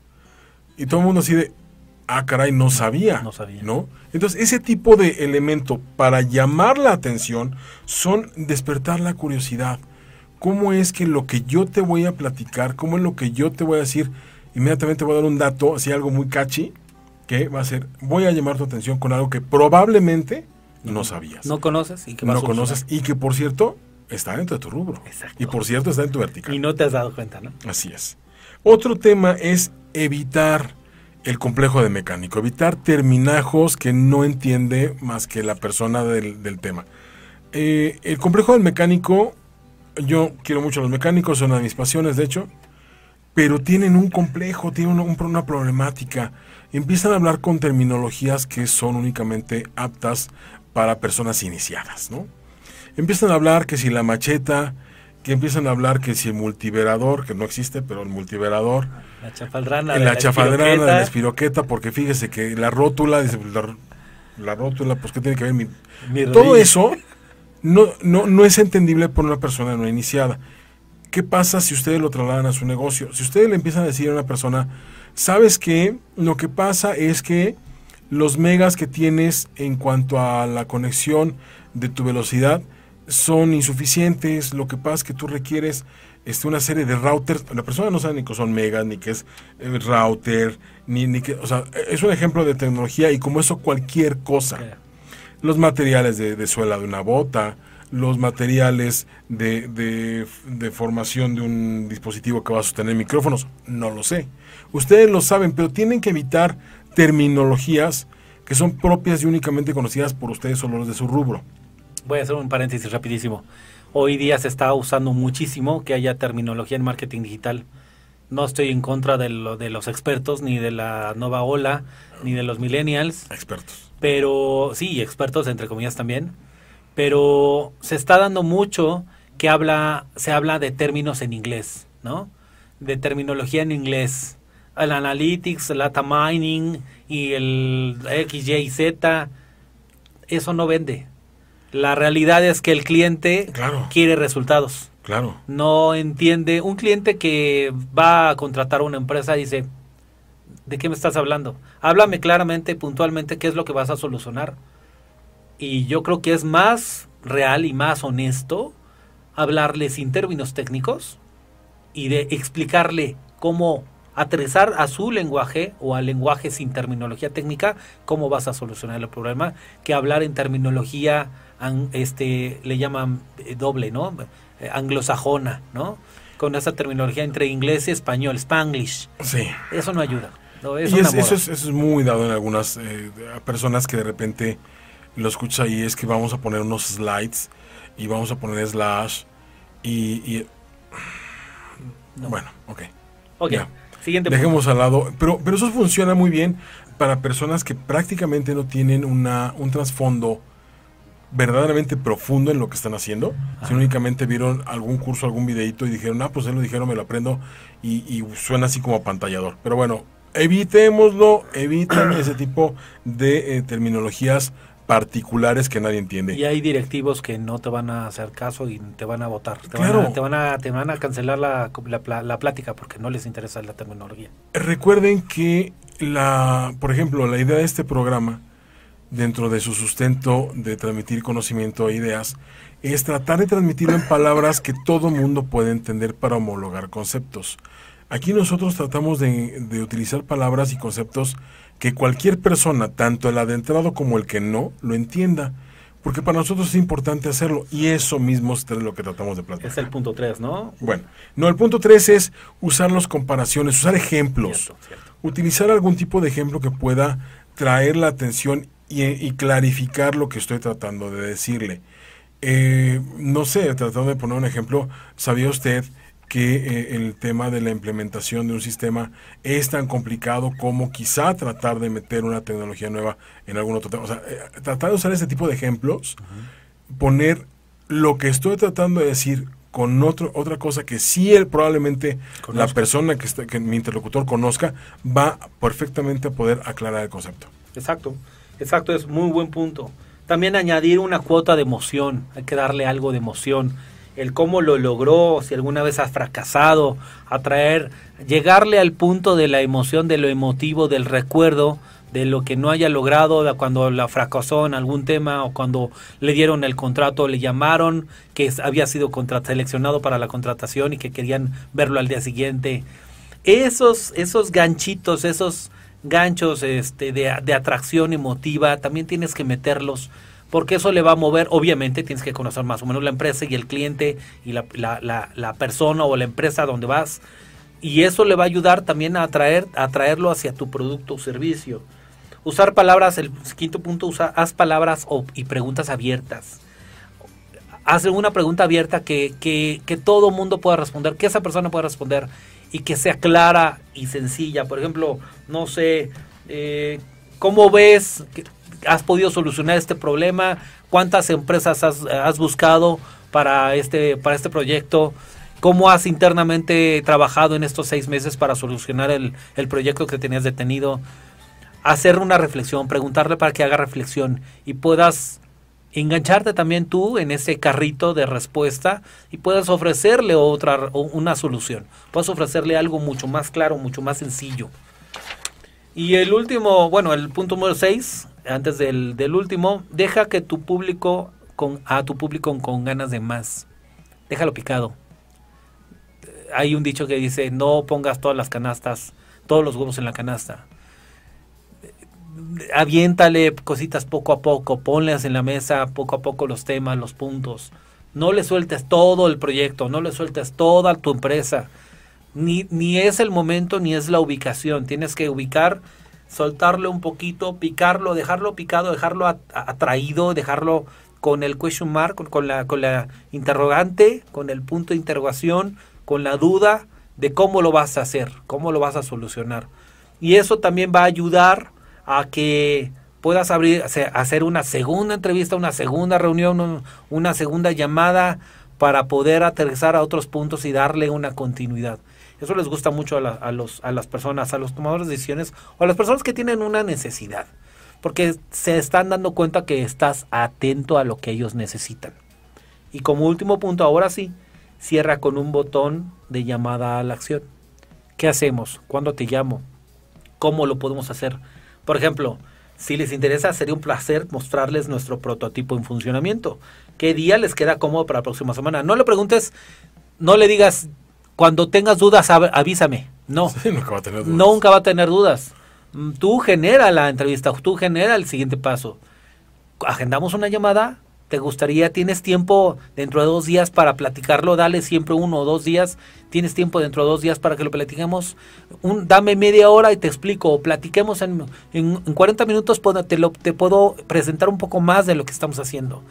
Y todo el mundo así de, ah, caray, no sabía. No sabía. ¿No? Entonces, ese tipo de elemento para llamar la atención son despertar la curiosidad. ¿Cómo es que lo que yo te voy a platicar, cómo es lo que yo te voy a decir, inmediatamente voy a dar un dato, así algo muy catchy, que va a ser, voy a llamar tu atención con algo que probablemente no sabías. No conoces y que no conoces y que, por cierto, está dentro de tu rubro. Exacto. Y por cierto, está en tu vertical. Y no te has dado cuenta, ¿no? Así es. Otro tema es evitar el complejo de mecánico, evitar terminajos que no entiende más que la persona del, del tema. Eh, el complejo del mecánico, yo quiero mucho a los mecánicos, son una de mis pasiones, de hecho, pero tienen un complejo, tienen una, un, una problemática. Empiezan a hablar con terminologías que son únicamente aptas para personas iniciadas, ¿no? Empiezan a hablar que si la macheta, que empiezan a hablar que si el multiverador, que no existe, pero el multiverador, la chafaldrana, la, la chafaldrana de la espiroqueta. espiroqueta, porque fíjese que la rótula, dice, la, la rótula, pues ¿qué tiene que ver? Mi, Mi todo rodilla. eso no, no, no es entendible por una persona no iniciada. ¿Qué pasa si ustedes lo trasladan a su negocio? Si ustedes le empiezan a decir a una persona, ¿sabes qué? Lo que pasa es que los megas que tienes en cuanto a la conexión de tu velocidad son insuficientes, lo que pasa es que tú requieres este, una serie de routers, la persona no sabe ni qué son megas, ni qué es eh, router, ni, ni qué, o sea, es un ejemplo de tecnología y como eso cualquier cosa. Okay. Los materiales de, de suela de una bota, los materiales de, de, de formación de un dispositivo que va a sostener micrófonos, no lo sé. Ustedes lo saben, pero tienen que evitar terminologías que son propias y únicamente conocidas por ustedes o los de su rubro. Voy a hacer un paréntesis rapidísimo. Hoy día se está usando muchísimo que haya terminología en marketing digital. No estoy en contra de, lo, de los expertos, ni de la nueva ola, ni de los millennials. Expertos. Pero, sí, expertos entre comillas también. Pero se está dando mucho que habla, se habla de términos en inglés, ¿no? De terminología en inglés. El analytics, el data mining y el X, Y, Z, eso no vende. La realidad es que el cliente claro. quiere resultados. Claro. No entiende. Un cliente que va a contratar a una empresa dice, ¿de qué me estás hablando? Háblame claramente, puntualmente, qué es lo que vas a solucionar. Y yo creo que es más real y más honesto hablarle sin términos técnicos y de explicarle cómo aterrizar a su lenguaje o al lenguaje sin terminología técnica, cómo vas a solucionar el problema, que hablar en terminología, este, le llaman doble, ¿no? Anglosajona, ¿no? Con esa terminología entre inglés y español, Spanglish. Sí. Eso no ayuda. No, es y una es, eso, es, eso es muy dado en algunas eh, personas que de repente lo escucha y es que vamos a poner unos slides y vamos a poner slash y... y no. Bueno, ok. Ok. Ya. Siguiente Dejemos punto. al lado, pero, pero eso funciona muy bien para personas que prácticamente no tienen una un trasfondo verdaderamente profundo en lo que están haciendo, ah. sino únicamente vieron algún curso, algún videito y dijeron, ah, pues él lo dijeron, me lo aprendo y, y suena así como apantallador. Pero bueno, evitémoslo, eviten ese tipo de eh, terminologías particulares que nadie entiende. Y hay directivos que no te van a hacer caso y te van a votar. Te, claro. van, a, te, van, a, te van a cancelar la, la, la plática porque no les interesa la terminología. Recuerden que, la, por ejemplo, la idea de este programa, dentro de su sustento de transmitir conocimiento e ideas, es tratar de transmitirlo en palabras que todo mundo puede entender para homologar conceptos. Aquí nosotros tratamos de, de utilizar palabras y conceptos que cualquier persona, tanto el adentrado como el que no, lo entienda. Porque para nosotros es importante hacerlo, y eso mismo es lo que tratamos de platicar. Es el punto tres, ¿no? Bueno, no, el punto tres es usar las comparaciones, usar ejemplos. Cierto, cierto. Utilizar algún tipo de ejemplo que pueda traer la atención y, y clarificar lo que estoy tratando de decirle. Eh, no sé, tratando de poner un ejemplo, ¿sabía usted que eh, el tema de la implementación de un sistema es tan complicado como quizá tratar de meter una tecnología nueva en algún otro tema? O sea, eh, tratar de usar ese tipo de ejemplos, uh-huh. poner lo que estoy tratando de decir con otro, otra cosa que sí él probablemente conozca. La persona que, está, que mi interlocutor conozca, va perfectamente a poder aclarar el concepto. Exacto, exacto, es muy buen punto. También añadir una cuota de emoción, hay que darle algo de emoción. El cómo lo logró, si alguna vez has fracasado, atraer, llegarle al punto de la emoción, de lo emotivo, del recuerdo, de lo que no haya logrado, de cuando la fracasó en algún tema o cuando le dieron el contrato, le llamaron que había sido contra- seleccionado para la contratación y que querían verlo al día siguiente. Esos, esos ganchitos, esos ganchos este, de, de atracción emotiva, también tienes que meterlos, porque eso le va a mover. Obviamente tienes que conocer más o menos la empresa y el cliente y la, la, la, la persona o la empresa donde vas, y eso le va a ayudar también a atraer, a atraerlo hacia tu producto o servicio. Usar palabras, el quinto punto, usa, haz palabras o, y preguntas abiertas. Haz una pregunta abierta que, que, que todo mundo pueda responder, que esa persona pueda responder y que sea clara y sencilla. Por ejemplo, no sé, eh, ¿cómo ves que has podido solucionar este problema? ¿Cuántas empresas has, has buscado para este, para este proyecto? ¿Cómo has internamente trabajado en estos seis meses para solucionar el, el proyecto que tenías detenido? Hacer una reflexión, preguntarle para que haga reflexión y puedas engancharte también tú en ese carrito de respuesta y puedas ofrecerle otra una solución. Puedes ofrecerle algo mucho más claro, mucho más sencillo. Y el último, bueno, el punto número seis, antes del, del último, deja que tu público, con, a tu público con ganas de más. Déjalo picado. Hay un dicho que dice, no pongas todas las canastas, todos los huevos en la canasta. Aviéntale cositas poco a poco, ponles en la mesa poco a poco los temas, los puntos. No le sueltes todo el proyecto, no le sueltes toda tu empresa. Ni, ni es el momento ni es la ubicación. Tienes que ubicar, soltarle un poquito, picarlo, dejarlo picado, dejarlo at- atraído, dejarlo con el question mark, con, con, la, con la interrogante, con el punto de interrogación, con la duda de cómo lo vas a hacer, cómo lo vas a solucionar. Y eso también va a ayudar a que puedas abrir, hacer una segunda entrevista, una segunda reunión, una segunda llamada para poder aterrizar a otros puntos y darle una continuidad. Eso les gusta mucho a, la, a, los, a las personas, a los tomadores de decisiones o a las personas que tienen una necesidad, porque se están dando cuenta que estás atento a lo que ellos necesitan. Y como último punto, ahora sí, cierra con un botón de llamada a la acción. ¿Qué hacemos? ¿Cuándo te llamo? ¿Cómo lo podemos hacer? Por ejemplo, si les interesa, sería un placer mostrarles nuestro prototipo en funcionamiento. ¿Qué día les queda cómodo para la próxima semana? No le preguntes, no le digas, cuando tengas dudas, avísame. No, sí, nunca va a tener dudas. Nunca va a tener dudas. Tú genera la entrevista, tú genera el siguiente paso. Agendamos una llamada. ¿Te gustaría? ¿Tienes tiempo dentro de dos días para platicarlo? Dale siempre uno o dos días. ¿Tienes tiempo dentro de dos días para que lo platiquemos? Un, dame media hora y te explico. O platiquemos en, en, en cuarenta minutos. Puedo, te, lo, te puedo presentar un poco más de lo que estamos haciendo.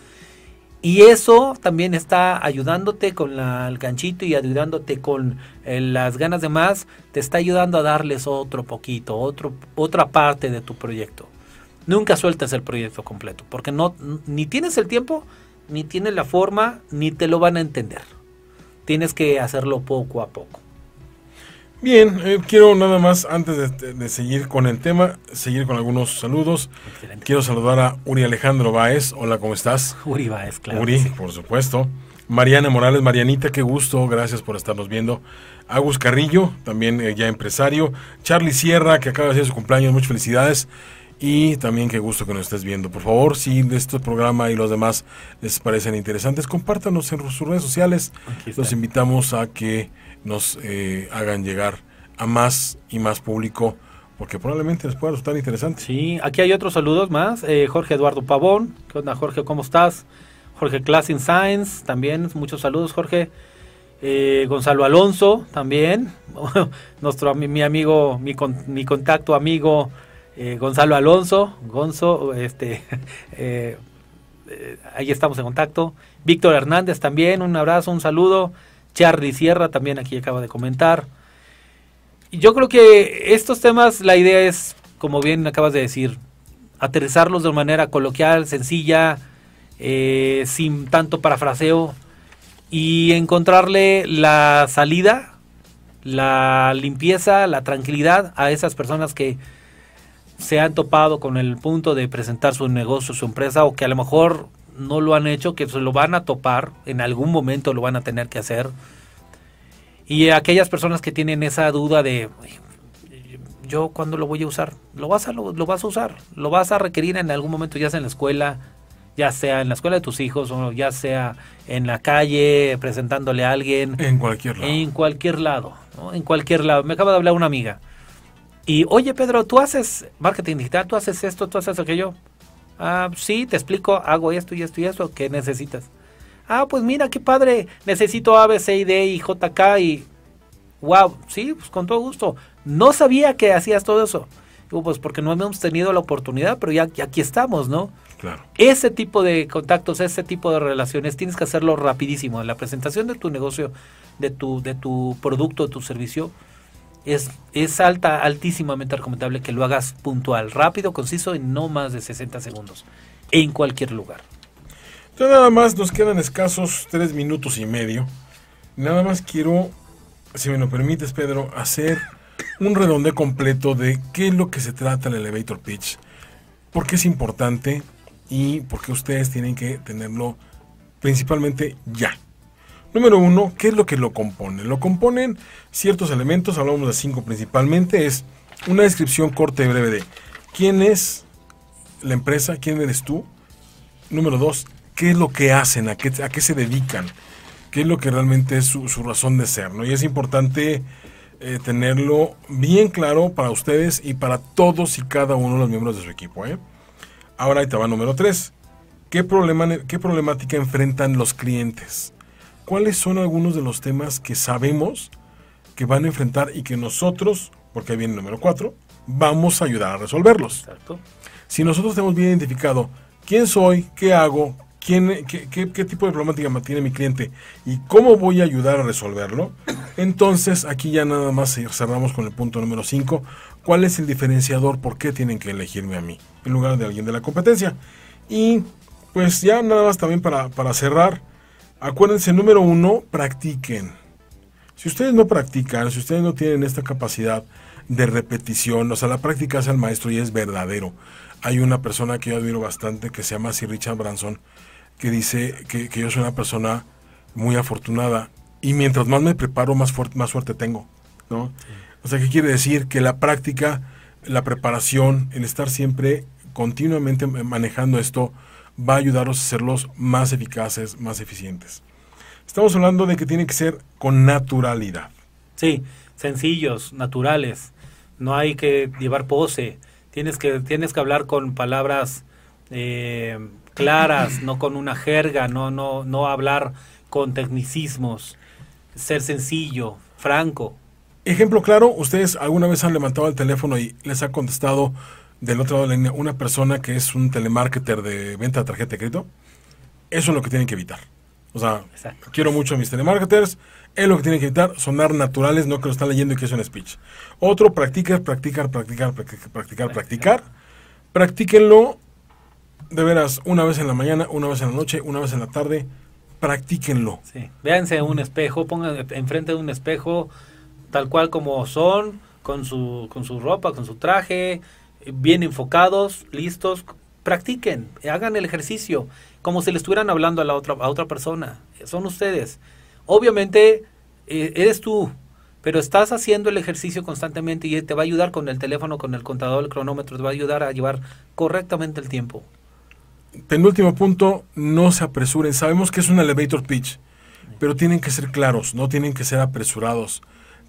Y eso también está ayudándote con la, el ganchito y ayudándote con eh, las ganas de más. Te está ayudando a darles otro poquito, otro, otra parte de tu proyecto. Nunca sueltes el proyecto completo, porque no ni tienes el tiempo, ni tienes la forma, ni te lo van a entender. Tienes que hacerlo poco a poco. Bien, eh, quiero nada más, antes de, de seguir con el tema, seguir con algunos saludos. Excelente. Quiero saludar a Uri Alejandro Báez. Hola, ¿cómo estás? Uri Báez, claro. Uri, sí. por supuesto. Mariana Morales, Marianita, qué gusto, gracias por estarnos viendo. Agus Carrillo, también eh, ya empresario. Charlie Sierra, que acaba de hacer su cumpleaños, muchas felicidades. Y también qué gusto que nos estés viendo. Por favor, si este programa y los demás les parecen interesantes, compártanos en sus redes sociales. Los invitamos a que nos eh, hagan llegar a más y más público, porque probablemente les pueda resultar interesante. Sí, aquí hay otros saludos más. Eh, Jorge Eduardo Pavón. ¿Qué onda, Jorge? ¿Cómo estás? Jorge Classing Science, también. Muchos saludos, Jorge. Eh, Gonzalo Alonso, también. Nuestro mi amigo, mi, con, mi contacto amigo eh, Gonzalo Alonso. Gonzo, este, eh, eh, ahí estamos en contacto. Víctor Hernández también, un abrazo, un saludo. Charlie Sierra también aquí acaba de comentar. Yo creo que estos temas, la idea es, como bien acabas de decir, aterrizarlos de manera coloquial, sencilla, eh, sin tanto parafraseo, y encontrarle la salida, la limpieza, la tranquilidad a esas personas que se han topado con el punto de presentar su negocio, su empresa, o que a lo mejor no lo han hecho, que se lo van a topar, en algún momento lo van a tener que hacer. Y aquellas personas que tienen esa duda de, ¿yo cuándo lo voy a usar? Lo vas a, lo, lo vas a usar, lo vas a requerir en algún momento, ya sea en la escuela, ya sea en la escuela de tus hijos, o ya sea en la calle, presentándole a alguien. En cualquier lado. En cualquier lado, ¿no? En cualquier lado. Me acaba de hablar una amiga. Y, oye, Pedro, ¿tú haces marketing digital? ¿Tú haces esto? ¿Tú haces aquello? Ah, sí, te explico, hago esto y esto y esto. ¿Qué necesitas? Ah, pues mira, qué padre, necesito A, B, C, I, D y J, K y... Wow, sí, pues con todo gusto. No sabía que hacías todo eso. Digo, pues porque no hemos tenido la oportunidad, pero ya, ya aquí estamos, ¿no? Claro. Ese tipo de contactos, ese tipo de relaciones, tienes que hacerlo rapidísimo. La presentación de tu negocio, de tu, de tu producto, de tu servicio, es, es alta, altísimamente recomendable que lo hagas puntual, rápido, conciso, en no más de sesenta segundos, en cualquier lugar. Entonces nada más nos quedan escasos tres minutos y medio. Nada más quiero, si me lo permites, Pedro, hacer un redondeo completo de qué es lo que se trata el elevator pitch, por qué es importante y por qué ustedes tienen que tenerlo principalmente ya. Número uno, ¿qué es lo que lo compone? Lo componen ciertos elementos, hablamos de cinco principalmente. Es una descripción corta y breve de quién es la empresa, quién eres tú. Número dos, qué es lo que hacen, a qué, a qué se dedican, qué es lo que realmente es su, su razón de ser, ¿no? Y es importante eh, tenerlo bien claro para ustedes y para todos y cada uno de los miembros de su equipo, ¿eh? Ahora ahí te va número tres. ¿Qué, problema, ¿Qué problemática enfrentan los clientes? ¿Cuáles son algunos de los temas que sabemos que van a enfrentar y que nosotros, porque ahí viene el número cuatro, vamos a ayudar a resolverlos? Exacto. Si nosotros tenemos bien identificado quién soy, qué hago, quién, qué, qué, qué tipo de problemática tiene mi cliente y cómo voy a ayudar a resolverlo, entonces aquí ya nada más cerramos con el punto número cinco. ¿Cuál es el diferenciador? ¿Por qué tienen que elegirme a mí en lugar de alguien de la competencia? Y pues ya nada más también para, para cerrar, acuérdense, número uno, practiquen. Si ustedes no practican, si ustedes no tienen esta capacidad de repetición, o sea, la práctica hace al maestro y es verdadero. Hay una persona que yo admiro bastante que se llama Sir Richard Branson, que dice que, que yo soy una persona muy afortunada y mientras más me preparo, más, fuerte, más suerte tengo, ¿no? Sí. O sea, ¿qué quiere decir? Que la práctica, la preparación, el estar siempre continuamente manejando esto va a ayudaros a hacerlos más eficaces, más eficientes. Estamos hablando de que tiene que ser con naturalidad. Sí, sencillos, naturales. No hay que llevar pose. Tienes que, tienes que hablar con palabras eh, claras, no con una jerga, no, no, no hablar con tecnicismos. Ser sencillo, franco. Ejemplo claro, ustedes alguna vez han levantado el teléfono y les ha contestado del otro lado de la línea una persona que es un telemarketer de venta de tarjeta de crédito. Eso es lo que tienen que evitar. O sea, exacto. Quiero mucho a mis telemarketers. Es lo que tienen que evitar, sonar naturales, no que lo están leyendo y que es un speech. Otro, practicar, practicar, practicar, practicar, practicar, practicar. Practíquenlo de veras una vez en la mañana, una vez en la noche, una vez en la tarde. Practíquenlo. Sí. Véanse en un espejo, pongan enfrente de un espejo, tal cual como son, con su, con su ropa, con su traje, bien enfocados, listos. Practiquen, hagan el ejercicio, como si le estuvieran hablando a la otra, a otra persona. Son ustedes. Obviamente eh, eres tú, pero estás haciendo el ejercicio constantemente y te va a ayudar con el teléfono, con el contador, el cronómetro, te va a ayudar a llevar correctamente el tiempo. Penúltimo punto, no se apresuren. Sabemos que es un elevator pitch, pero tienen que ser claros, no tienen que ser apresurados.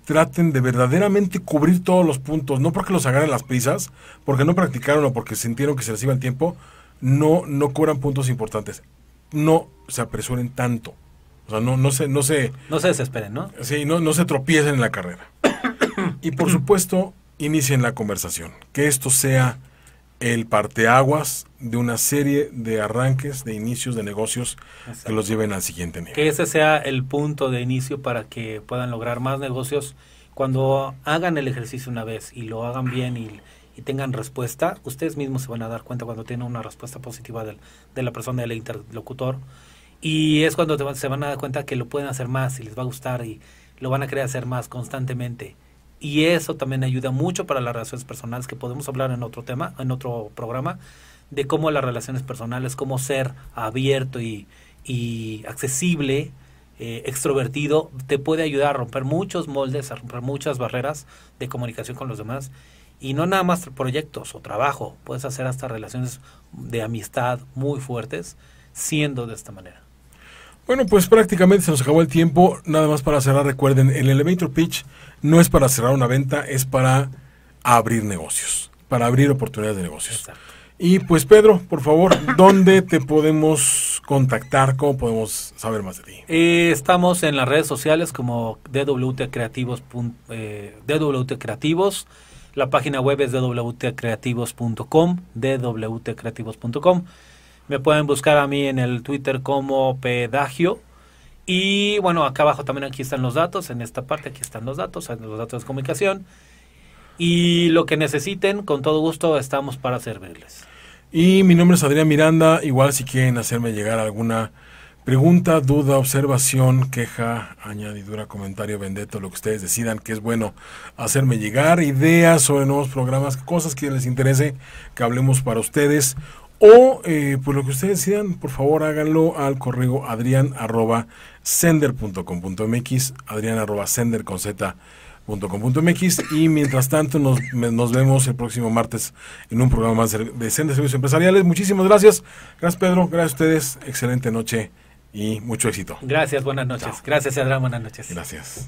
traten de verdaderamente cubrir todos los puntos, no porque los agarren las prisas, porque no practicaron o porque sintieron que se les iba el tiempo, no, no cubran puntos importantes. No se apresuren tanto. O sea, no, no se, no se. No se desesperen, ¿no? Sí, no, no se tropiecen en la carrera. Y por supuesto, inicien la conversación. Que esto sea el parteaguas de una serie de arranques, de inicios de negocios. Exacto. Que los lleven al siguiente nivel. Que ese sea el punto de inicio para que puedan lograr más negocios. Cuando hagan el ejercicio una vez y lo hagan bien y, y tengan respuesta, ustedes mismos se van a dar cuenta cuando tienen una respuesta positiva del, de la persona, del interlocutor. Y es cuando te, se van a dar cuenta que lo pueden hacer más y les va a gustar y lo van a querer hacer más constantemente. Y eso también ayuda mucho para las relaciones personales, que podemos hablar en otro tema, en otro programa, de cómo las relaciones personales, cómo ser abierto y, y accesible, eh, extrovertido, te puede ayudar a romper muchos moldes, a romper muchas barreras de comunicación con los demás. Y no nada más proyectos o trabajo, puedes hacer hasta relaciones de amistad muy fuertes siendo de esta manera. Bueno, pues prácticamente se nos acabó el tiempo. Nada más para cerrar, recuerden, el elevator pitch no es para cerrar una venta, es para abrir negocios, para abrir oportunidades de negocios. Exacto. Y pues Pedro, por favor, ¿dónde te podemos contactar? ¿Cómo podemos saber más de ti? Eh, estamos en las redes sociales como D W T Creativos, eh, D W T Creativos. La página web es d w t creativos punto com, d w t creativos punto com. Me pueden buscar a mí en el Twitter como Pedagio. Y bueno, acá abajo también aquí están los datos. En esta parte aquí están los datos, los datos de comunicación. Y lo que necesiten, con todo gusto estamos para servirles. Y mi nombre es Adrián Miranda. Igual si quieren hacerme llegar alguna pregunta, duda, observación, queja, añadidura, comentario, vendetta, lo que ustedes decidan que es bueno hacerme llegar, ideas sobre nuevos programas, cosas que les interese que hablemos para ustedes. O, eh, pues lo que ustedes decidan, por favor háganlo al correo adrián arroba sender punto com punto m x, adrián arroba sender con z punto com punto m x. Y mientras tanto nos, nos vemos el próximo martes en un programa más de Sender Servicios Empresariales. Muchísimas gracias. Gracias Pedro, gracias a ustedes. Excelente noche y mucho éxito. Gracias, buenas noches. Chao. Gracias Adrián, buenas noches. Gracias.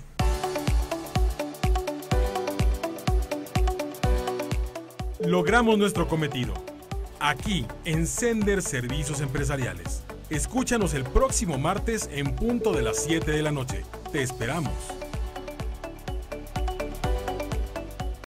Logramos nuestro cometido. Aquí, en Sender Servicios Empresariales. Escúchanos el próximo martes en punto de las siete de la noche. Te esperamos.